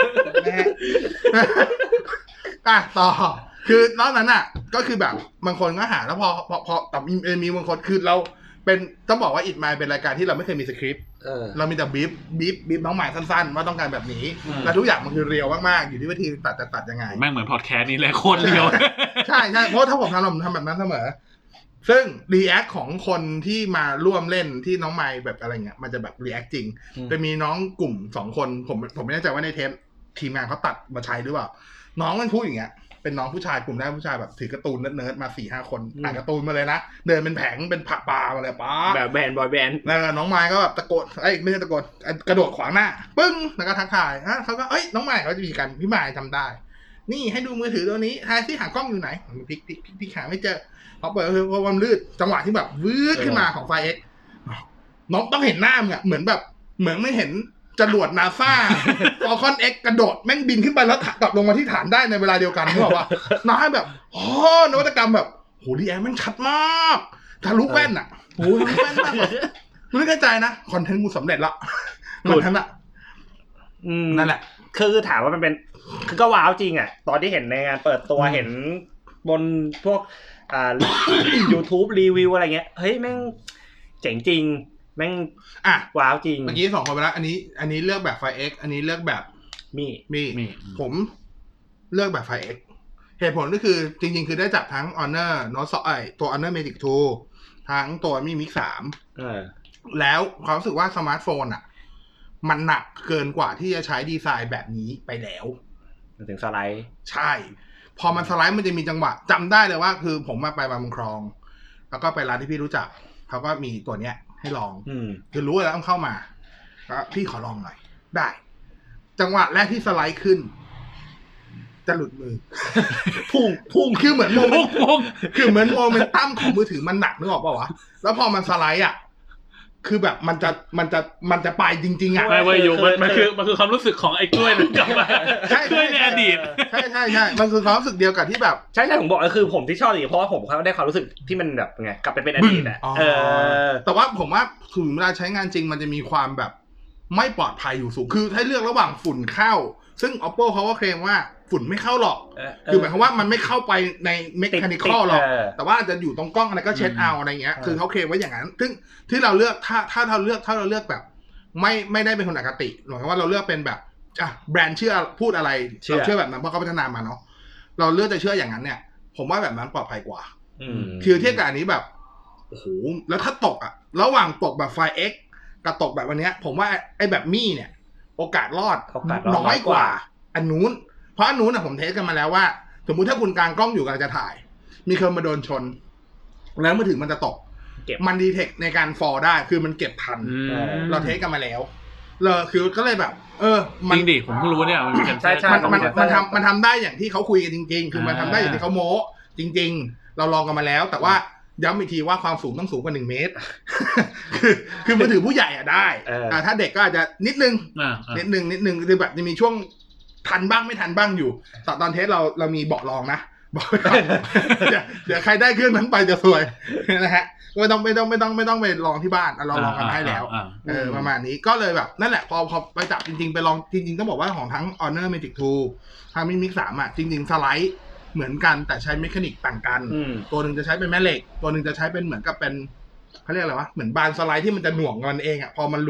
อ่ะต่อคือนอกนั้นอ่ะก็คือแบบบางคนก็หาแล้วพอพอพอแต่มีมีบางคนคือเราเป็นต้องบอกว่าอิดมายเป็นรายการที่เราไม่เคยมีสคริปต์เรามีแต่บีฟบีฟบีฟน้องหมายสั้นๆว่าต้องการแบบนี้แล้วทุกอย่างมันคือเรียวมากๆอยู่ที่วิธีตัดจะตัดยังไงแม่งเหมือนพอดแคสต์นี้เลยโคตรเรียวใช่ใช่เพราะถ้าผมทำผมทำแบบนั้นเสมอซึ่งรีแอคของคนที่มาร่วมเล่นที่น้องไมค์แบบอะไรเงี้ยมันจะแบบรีแอคจริงจะมีน้องกลุ่มสองคนผมผมไม่แน่ใจว่าในเทปทีมงานเขาตัดมาใช้หรือเปล่าน้องมันพูดอย่างเงี้ยเป็นน้องผู้ชายกลุ่มแรกผู้ชายแบบถือการ์ตูนเนิร์ดๆมา สี่ห้า คนอ่านการ์ตูนมาเลยนะเดินเป็นแผงเป็นผักปลามาเลยป้าแบบแบนด์บอยแบนด์แล้วน้องไมค์ก็แบบตะโกนเอ้ยไม่ใช่ตะโกนกระโดดขวางหน้าปึ้งแล้วก็ทักทายฮะเขาก็เอ้ยน้องไมค์เขาจะมีกันพี่ไมค์ทำได้นี่ให้ดูมือถือตัวนี้ทายซิหากล้องอยู่ไหนพลิกพลิกพลิกหาไม่เจอพอเปิดคือพอมันลื่นจังหวะที่แบบวืดขึ้นมาของไฟ X น้องต้องเห็นหน้ามึงอ่ะเหมือนแบบเหมือนไม่เห็นจรวด NASA Falcon X กระโดดแม่งบินขึ้นไปแล้วกลับลงมาที่ฐานได้ในเวลาเดียวกันนึกออกป่ะน้าให้แบบอ๋อนวัตกรรมแบบโหดีแอมันชัดมากทะลุแว่นอ่ะโหทะลุแว่นมากแบบมึงนึกในใจนะคอนเทนต์กูสำเร็จละมันทั้งนั้นนั่นแหละคือถามว่ามันเป็นคือก็ว้าวจริงอ่ะตอนที่เห็นในงานเปิดตัวเห็นบนพวกอ่า YouTube รีวิวอะไรเงี้ยเฮ้ยแม่งเจ๋งจริงแม่งอ่ะว้าวจริงเมื่อกี้สองคนไปแล้วอันนี้อันนี้เลือกแบบไฟ X อันนี้เลือกแบบมีมีผมเลือกแบบไฟ X เหตุผลก็คือจริงๆคือได้จับทั้ง Honor Note สองไอตัว Honor Magic ทูทั้งตัวMi Mix สามเออแล้วความรู้สึกว่าสมาร์ทโฟนอ่ะมันหนักเกินกว่าที่จะใช้ดีไซน์แบบนี้ไปแล้วถึงสไลด์ใช่พอมันสไลด์มันจะมีจังหวะจำได้เลยว่าคือผมมาไปบางบุญครองแล้วก็ไปร้านที่พี่รู้จักเขาก็มีตัวเนี้ยให้ลองคือรู้แล้วต้องเข้ามาก็พี่ขอลองหน่อยได้จังหวะแรกที่สไลด์ขึ้นจะหลุดมือพุ่งพุ่งคือเหมือนโมเมนต์คือเหมือนโมเมนตัมของมือถือมันหนักนึกออกป่าววะแล้วพอมันสไลด์อ่ะคือแบบมันจะมันจะมันจะไปจริงๆอ่ะไม่เว้ยอยู่มันมันคือมันคือความรู้สึกของไอ้กล้วยนั่นกลับมากล้วยในอดีตใช่ใช่ใช่มันคือความรู้สึกเดียวกับที่แบบใช่ใช่ผมบอกก็คือผมที่ชอบอย่างเพราะว่าผมเขาได้ความรู้สึกที่มันแบบไงกลับไปเป็นอดีตอ่ะเออแต่ว่าผมว่าถึงเวลาใช้งานจริงมันจะมีความแบบไม่ปลอดภัยอยู่สูงคือถ้าเลือกระหว่างฝุ่นเข้าซึ่ง Oppo เขาก็เคลมว่าฝุ่นไม่เข้าหรอกคือหมายความว่ามันไม่เข้าไปในเมคานิคอลหรอกแต่ว่าจะอยู่ตรงกล้องอะไรก็เช็ดเอาอะไรเงี้ยคือเขาเคลมไว้อย่างนั้นซึ่งที่เราเลือกถ้าถ้าเราเลือกถ้าเราเลือกแบบไม่ไม่ได้เป็นคนอคติหมายความว่าเราเลือกเป็นแบบอ่ะแบรนด์เชื่อพูดอะไรเราเชื่อแบบนั้นเพราะเขาพัฒนามาเนาะเราเลือกจะเชื่ออย่างนั้นเนี่ยผมว่าแบบนั้นปลอดภัยกว่าคือเทียบกับอันนี้แบบโอ้โหแล้วถ้าตกอ่ะระหว่างตกแบบไฟ X กับตกแบบวันนี้ผมว่าไอ้แบบมี่เนี่ยโอกาสรอดน้อยกว่าอันนู้นเพราะอันนู้นอ่ะผมเทสกันมาแล้วว่าสมมุติถ้าคุณกางกล้องอยู่กำลังจะถ่ายมีคนมาโดนชนแล้วมือถือมันจะตกมันดีเทคในการฟอลได้คือมันเก็บทันเราเทสกันมาแล้วเลยคือก็เลยแบบเออจริงดิผมเพิ่งรู้เนี่ยมันใช่ใช่มันมันทำมันทำได้อย่างที่เขาคุยกันจริงๆคือมันทำได้อย่างที่เขาโม้จริงๆเราลองกันมาแล้วแต่ว่าย้ำอีกทีว่าความสูงต้องสูงกว่าหนึ่งเมตรคือคือมือถือผู้ใหญ่อ่ะได้อ่าถ้าเด็กก็อาจจะนิดนึงนิดนึงนิดนึงคือแบบจะมีช่วงทันบ้างไม่ทันบ้างอยู่ตอนตอนเทสเราเรามีเบาะรองนะบอกเดี๋ยวเดี๋ยวใครได้เครื่องนั้นไปจะสวยนะฮะไม่ต้องไม่ต้องไม่ต้องไม่ต้องไปลองที่บ้านเราลองกันให้แล้วเออประมาณนี้ก็เลยแบบนั่นแหละพอพอไปจับจริงๆไปลองจริงๆต้องบอกว่าของทั้ง Honor Magic ทูทาง Mi Mix สามอ่ะจริงๆสไลด์เหมือนกันแต่ใช้เมคานิกต่างกันตัวหนึ่งจะใช้เป็นแม่เหล็กตัวหนึ่งจะใช้เป็นเหมือนกับเป็นเขาเรียกอะไรวะเหมือนบานสไลด์ที่มันจะหน่วงมันเองอ่ะพอมันหลุด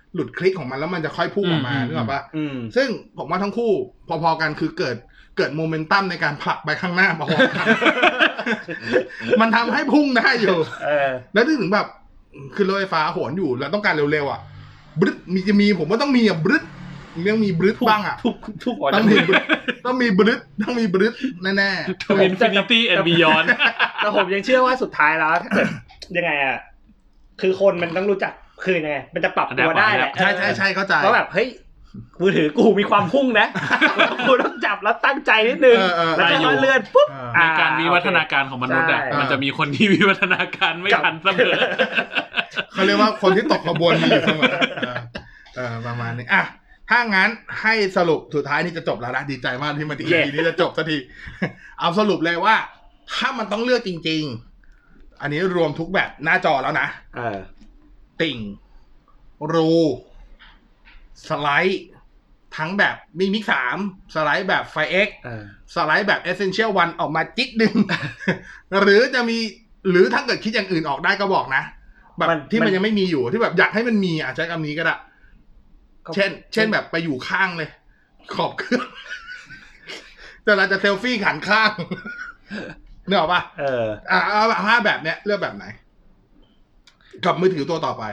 หลุดคลิกของมันแล้วมันจะค่อยพุ่งออกมานึกออกปะซึ่งผมว่าทั้งคู่พอๆกันคือเกิดเกิดโมเมนตัมในการผลักไปข้างหน้าพอๆกัน มันทำให้พุ่งได้อยู่แล้วถึงแบบคือรถไฟฟ้าโหนอยู่แล้วต้องการเร็วๆอ่ะบรึดมีจะมีผมว่าต้องมีอ่ะบรึดเรื่องมีบรึดบ้างอ่ะต้องมีต้องมีบรึดต้องมีบรึดแน่ๆ To Infinity and Beyond แต่ผมยังเชื่อว่าสุดท้ายแล้วถ้าเกิดยังไงอ่ะคือคนมันต้องรู้จักคือยังไงมันจะปรับตัวได้แหละใช่ใช่ใช่เข้าใจเพราะแบบเฮ้ยมือถือกูมีความพุ่งนะกูต้องจับแล้วตั้งใจนิดนึงแล้วก็เลื่อนปุ๊บในการวิวัฒนาการของมนุษย์อ่ะมันจะมีคนที่วิวัฒนาการไม่ทันเสมอเขาเรียกว่าคนที่ตกขบวนมีอยู่เสมอเออประมาณนี้อ่ะถ้างั้นให้สรุปสุดท้ายนี่จะจบแล้วนะดีใจมากที่มาทีนี้จะจบสักทีเอาสรุปเลยว่าถ้ามันต้องเลือกจริงๆอันนี้รวมทุกแบบหน้าจอแล้วนะติ่งรูสไลด์ทั้งแบบมีมิกสามสไลด์แบบไฟ X สไลด์แบบ Essential วันออกมาจิ๊กนึง หรือจะมีหรือถ้าเกิดคิดอย่างอื่นออกได้ก็บอกนะแบบที่มันยังไม่มีอยู่ที่แบบอยากให้มันมีอ่ะใช้คำนี้ก็ได้เช่นเช่นแบบไปอยู่ข้างเลยขอบเครื่องแต่เราจะเซลฟี่ขันข้างนึกออกป่ะเอออ่ะเอาห้าแบบเนี้ยเลือกแบบไหนกับมือถือตัวต่อไป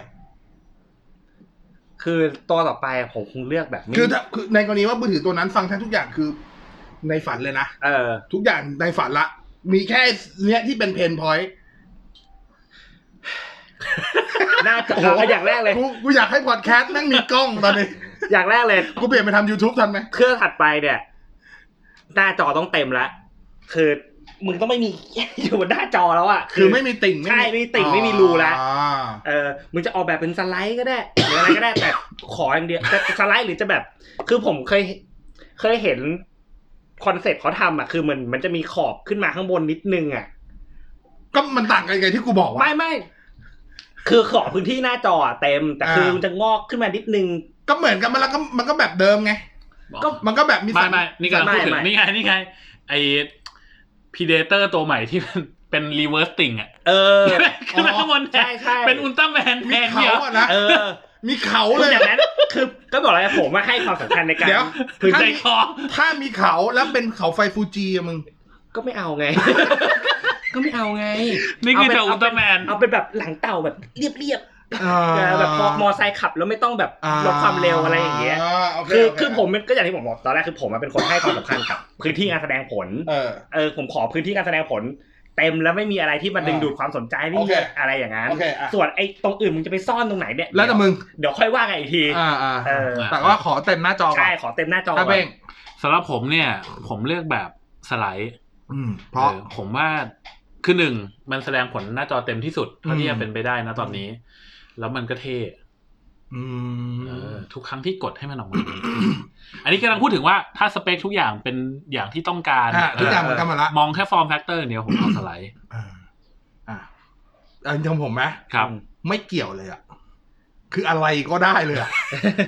คือตัวต่อไปผมคงเลือกแบบนี้คือถ้าคือในกรณีว่ามือถือตัวนั้นฟังก์ชันทุกอย่างคือในฝันเลยนะเออทุกอย่างในฝันละมีแค่เนี้ยที่เป็นเพนพอยต์น่าจะโอ้อย่างแรกเลยกูกูอยากให้พอดแคสต์แม่งมีกล้องตอนนี้อย่างแรกเลยกูเปลี่ยนไปทำ YouTube ทันไหมเครื่องถัดไปเนี่ยหน้าจอต้องเต็มละคือมึงต้องไม่มีอยู่บนหน้าจอแล้วอ่ะคือไม่มีติ่งใช่ไม่มีติ่งไม่มีรูแล้วเออมึงจะออกแบบเป็นสไลด์ก็ได้หรืออะไรก็ได้แต่ขออย่างเดียวจะสไลด์หรือจะแบบคือผมเคยเคยเห็นคอนเซ็ปต์เขาทำอ่ะคือมันมันจะมีขอบขึ้นมาข้างบนนิดนึงอ่ะก็มันต่างกันไงที่กูบอกว่าไม่ไม่คือขอบพื้นที่หน้าจอเต็มแต่คือมันจะงอกขึ้นมานิดนึงก็เหมือนกันมันแล้วก็มันก็แบบเดิมไงก็มันก็แบบมีไม่ไม่นี่กำลังพูดถึงนี่ไงนี่ไงไอPredator ตัวใหม่ที่เป็น reverse ติ่งอ่ะเออขึ้นมาข้างบนใช่ๆเป็นอุลตร้าแมนแทนเนี่ยเออมีเขาเลยอย่างนั้นคือก็บอกแล้วผมว่าให้ความสำคัญในการพื้นใจคอถ้ามีเขาแล้วเป็นเขาไฟฟูจิอ่ะมึงก็ไม่เอาไงก็ไม่เอาไงนี่คือจะอุลตร้าแมนเอาเป็นแบบหลังเต่าแบบเรียบๆแบบพอมอไซค์ขับแล้วไม่ต้องแบบลดความเร็วอะไรอย่างเงี้ยคือคือผมก็อย่างที่ผมบอกตอนแรกคือผมเป็นคนให้ความสำคัญกับพื้นที่การแสดงผลเออเออผมขอพื้นที่การแสดงผลเต็มแล้วไม่มีอะไรที่มันดึงดูดความสนใจไม่มีอะไรอย่างนั้นส่วนไอ้ตรงอื่นมึงจะไปซ่อนตรงไหนเนี่ยแล้วแต่มึงเดี๋ยวค่อยว่ากันอีกทีเออแต่ว่าขอเต็มหน้าจอใช่ขอเต็มหน้าจอเบ้งสำหรับผมเนี่ยผมเลือกแบบสไลด์เพราะผมว่าคือหนึ่งมันแสดงผลหน้าจอเต็มที่สุดเท่าที่จะเป็นไปได้นะตอนนี้แล้วมันก็เท่ทุกครั้งที่กดให้มันออกมา อันนี้กำลังพูดถึงว่าถ้าสเปคทุกอย่างเป็นอย่างที่ต้องการทุกอย่างเหมือนกันหมดละมองแค่ฟอร์มแฟกเตอร์เดียวผมเอาสไลด์อ่าอันของผมไหมครับไม่เกี่ยวเลยอ่ะคืออะไรก็ได้เลยอ่ะ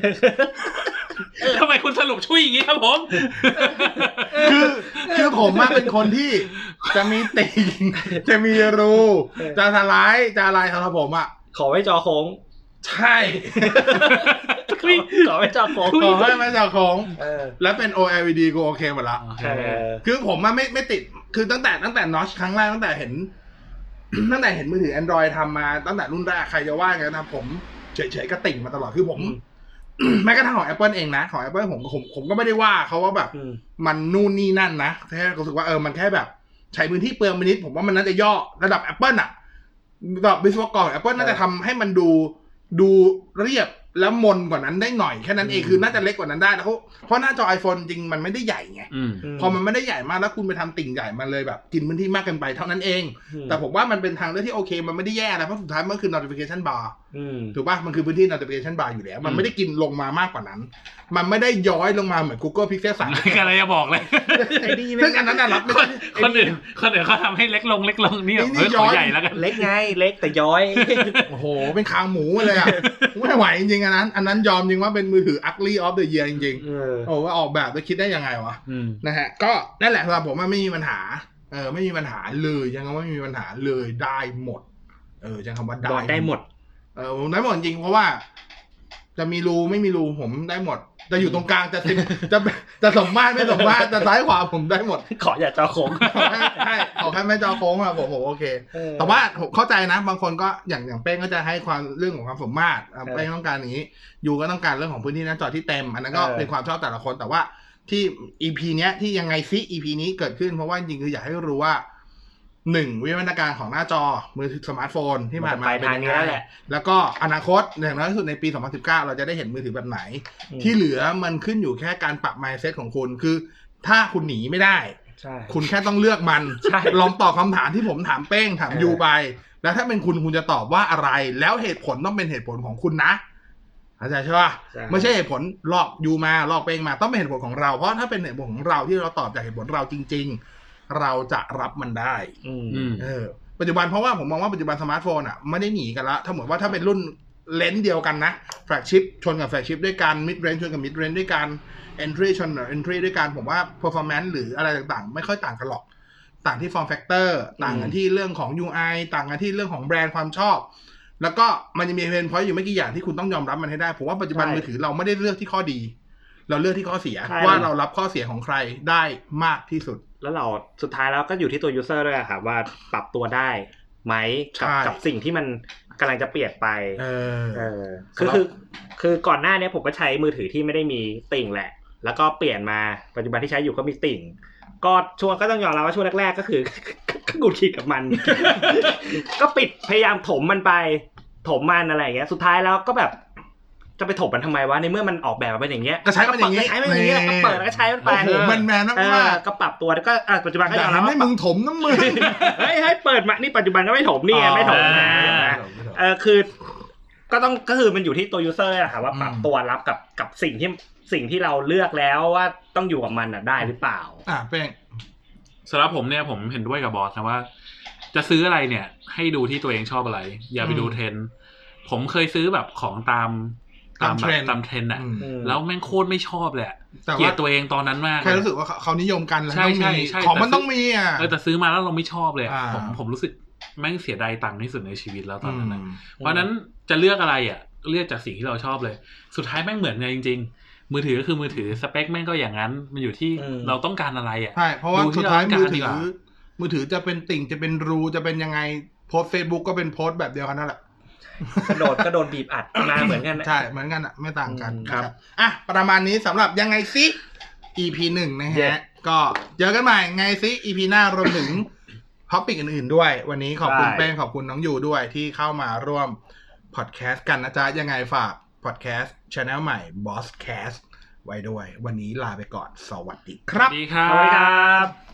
ทำไมคุณสรุปช่วยอย่างนี้ครับผมคือคือผมมาเป็นคนที่จะมีติ่งจะมีรูจะสไลด์จะอะไรสำหรับผมอ่ะขอไว้จอโค้งใช่ขอไว้จอโค้งขอให้ไว้จอโค้งแล้วเป็น โอ แอล อี ดี กูโอเคหมดละคือผมมาไม่ไม่ติดคือตั้งแต่ตั้งแต่นอชครั้งแรกตั้งแต่เห็นตั้งแต่เห็นมือถือ Android ทำมาตั้งแต่รุ่นแรกใครจะว่าไงนะผมเฉยๆก็ติ่งมาตลอดคือผมแม้กระทั่งของ Apple เองนะของ Apple ผมผมผมก็ไม่ได้ว่าเขาว่าแบบมันนู่นนี่นั่นนะแค่รู้สึกว่าเออมันแค่แบบใช้พื้นที่เปลืองไปนิดผมว่ามันน่าจะย่อระดับ Apple อ่ะระดับวิศวกร Apple น่าจะทำให้มันดูดูเรียบแล้วมนกว่านั้นได้หน่อยแค่นั้นเองคือน่าจะเล็กกว่านั้นได้แล้วเพราะหน้าจอ iPhone จริงมันไม่ได้ใหญ่ไงพอมันไม่ได้ใหญ่มากแล้วคุณไปทำติ่งใหญ่มันเลยแบบกินพื้นที่มากเกินไปเท่านั้นเองแต่ผมว่ามันเป็นทางเลือกที่โอเคมันไม่ได้แย่นะเพราะสุดท้ายมันคือ notification bar ถูกป่ะมันคือพื้นที่ notification bar อยู่แล้วมันไม่ได้กินลงมามากกว่านั้นมันไม่ได้ย้อยลงมาเหมือน Google Pixel สามอะไรจะบอกเลยซึ่งอันนั้นน่ะรับไม่ได้คนอื่นคนอื่นเขาทำให้เล็กลงเล็กลงนี่เฮ้ยขอใหญ่แล้วกันเล็กไงเล็กแต่ย้อยโอ้โหเป็นคางหมูเลยอ่ะไม่ไหวจริงๆอันนั้นอันนั้นยอมจริงว่าเป็นมือถือ ugly of the year จริงๆโอ้ว่าออกแบบไปคิดได้ยังไงวะนะฮะก็นั่นแหละสำหรับผมมันไม่มีปัญหาเออไม่มีปัญหาเลยยังก็ไม่มีปัญหาเลยได้หมดเออจังคำว่าได้ได้หมดเออผมได้หมดจริงเพราะว่าจะมีรูไม่มีรูผมได้หมดจะอยู่ตรงกลางจะจะจะสมมาตรไม่สมมาตรจะซ้ายขวาผมได้หมดขออย่าจอโค้งใช่ขอแค่ไม่จอโค้งอะผมผมโอเคแต่ว่าผมเข้าใจนะบางคนก็อย่างอย่างเป้งก็จะให้ความเรื่องของความสมมาตรเป้งต้องการอย่างนี้ยูก็ต้องการเรื่องของพื้นที่หน้าจอที่เต็มอันนั้นก็เป็นความชอบแต่ละคนแต่ว่าที่ อี พี เนี้ยที่ยังไงซิ อี พี นี้เกิดขึ้นเพราะว่าจริงๆคืออยากให้รู้ว่าหนึ่งวิวัฒนาการของหน้าจอมือถือสมาร์ทโฟนที่ผ่านมาเป็นยังไงแล้วก็อนาคตอย่างน้อยที่สุดในปีสองพันสิบเก้าเราจะได้เห็นมือถือแบบไหนที่เหลือมันขึ้นอยู่แค่การปรับ mindset ของคุณคือถ้าคุณหนีไม่ได้คุณแค่ต้องเลือกมันลองตอบคำถามที่ผมถามเป้งถามยูไปแล้วถ้าเป็นคุณคุณจะตอบว่าอะไรแล้วเหตุผลต้องเป็นเหตุผลของคุณนะเข้าใจใช่ป่ะไม่ใช่เหตุผลหลอกยูมาหลอกเป้งมาต้องเป็นเหตุผลของเราเพราะถ้าเป็นเหตุผลของเราที่เราตอบจากเหตุผลเราจริงๆเราจะรับมันได้เออปัจจุบันเพราะว่าผมมองว่าปัจจุบันสมาร์ทโฟนอ่ะไม่ได้หนีกันละถ้าเหมือนว่าถ้าเป็นรุ่นเลนส์เดียวกันนะแฟลกชิพชนกับแฟลกชิพด้วยกันมิดเรนจ์ชนกับมิดเรนจ์ด้วยกันเอนทรีชนกับเอนทรีด้วยกันผมว่า performance หรืออะไรต่างๆไม่ค่อยต่างกันหรอกต่างที่ form factor ต่างกันที่เรื่องของ ยู ไอ ต่างกันที่เรื่องของแบรนด์ความชอบแล้วก็มันจะมีเพนพอยต์อยู่ไม่กี่อย่างที่คุณต้องยอมรับมันให้ได้ผมว่าปัจจุบันมือถือเราไม่ได้เลือกที่ข้อดีเราเลือกที่ข้อเสียว่าเรารับข้อเสียของใครได้มากที่สุดแล้วเราสุดท้ายแล้วก็อยู่ที่ตัว user ด้วยครับว่าปรับตัวได้ไหมกับกับสิ่งที่มันกำลังจะเปลี่ยนไปเออเออคือคือคือก่อนหน้านี้ผมก็ใช้มือถือที่ไม่ได้มีติ่งแหละแล้วก็เปลี่ยนมาปัจจุบันที่ใช้อยู่ก็มีติ่งก็ช่วงก็ต้องยอมรับว่าช่วงแรกๆก็คือก็หงุดหงิดกับมันก็ปิดพยายามถมมันไปถมมันอะไรอย่างเงี้ยสุดท้ายแล้วก็แบบจะไปถมมันทำไมวะในเมื่อมันออกแบบมาเป็นอย่างเงี้ยก็ใช้มันอย่างงี้ใช้มันอย่างงี้แล้วก็เปิดแล้วก็ใช้มันไปโอ้โหแมนแมนมากก็ปรับตัวแล้วก็ปัจจุบันก็ยอมรับว่าให้มึงถมน้ำมือเฮ้ยให้เปิดมานี่ปัจจุบันก็ไม่ถมนี่ไงไม่ถมนะเออคือก็ต้องก็คือมันอยู่ที่ตัว user อะค่ะว่าปรับตัวรับกับกับสิ่งที่สิ่งที่เราเลือกแล้วว่าต้องอยู่กับมันอ่ะได้หรือเปล่าอ่ะเป้งสำหรับผมเนี่ยผมเห็นด้วยกับบอสนะว่าจะซื้ออะไรเนี่ยให้ดูที่ตัวเองชอบอะไรอย่าไปดูเทรนด์ผมเคยซื้อแบบของตามตามแบบตามเทรนด์อ่ะแล้วแม่งโคตรไม่ชอบเลยเกลียดตัวเองตอนนั้นมากแค่รู้สึกว่าเขานิยมกันแล้วต้องมีของมันต้องมีอ่ะเออแต่ซื้อมาแล้วเราไม่ชอบเลยผมผมรู้สึกแม่งเสียดายตังค์ที่สุดในชีวิตแล้วตอนนั้นเพราะนั้นจะเลือกอะไรอ่ะเลือกจากสิ่งที่เราชอบเลยสุดท้ายแม่งเหมือนกันจริงๆมือถือก็คือมือถือสเปคแม่งก็อย่างนั้นมันอยู่ที่เราต้องการอะไรอ่ะใช่เพราะว่าสุดท้ายมือถือมือถือจะเป็นติ่งจะเป็นรูจะเป็นยังไงโพสต์ Facebook ก็เป็นโพสต์แบบเดียวกันนั่นแหละกระโดดก็โดนบีบอัดมาเหมือนกันใช่เหมือนกันอ่ะไม่ต่างกันครับอ่ะประมาณนี้สำหรับยังไงซิ อี พี หนึ่งนะฮะก็เจอกันใหม่ไงซิ อี พี หน้ารวมถึงท็อปิกอื่นๆด้วยวันนี้ขอบคุณเป้งขอบคุณน้องยูด้วยที่เข้ามาร่วมพอดแคสต์กันนะจ๊ะยังไงฝากพอดแคสต์ channel ใหม่ Bosscast ไว้ด้วยวันนี้ลาไปก่อนสวัสดีครับสวัสดีครับ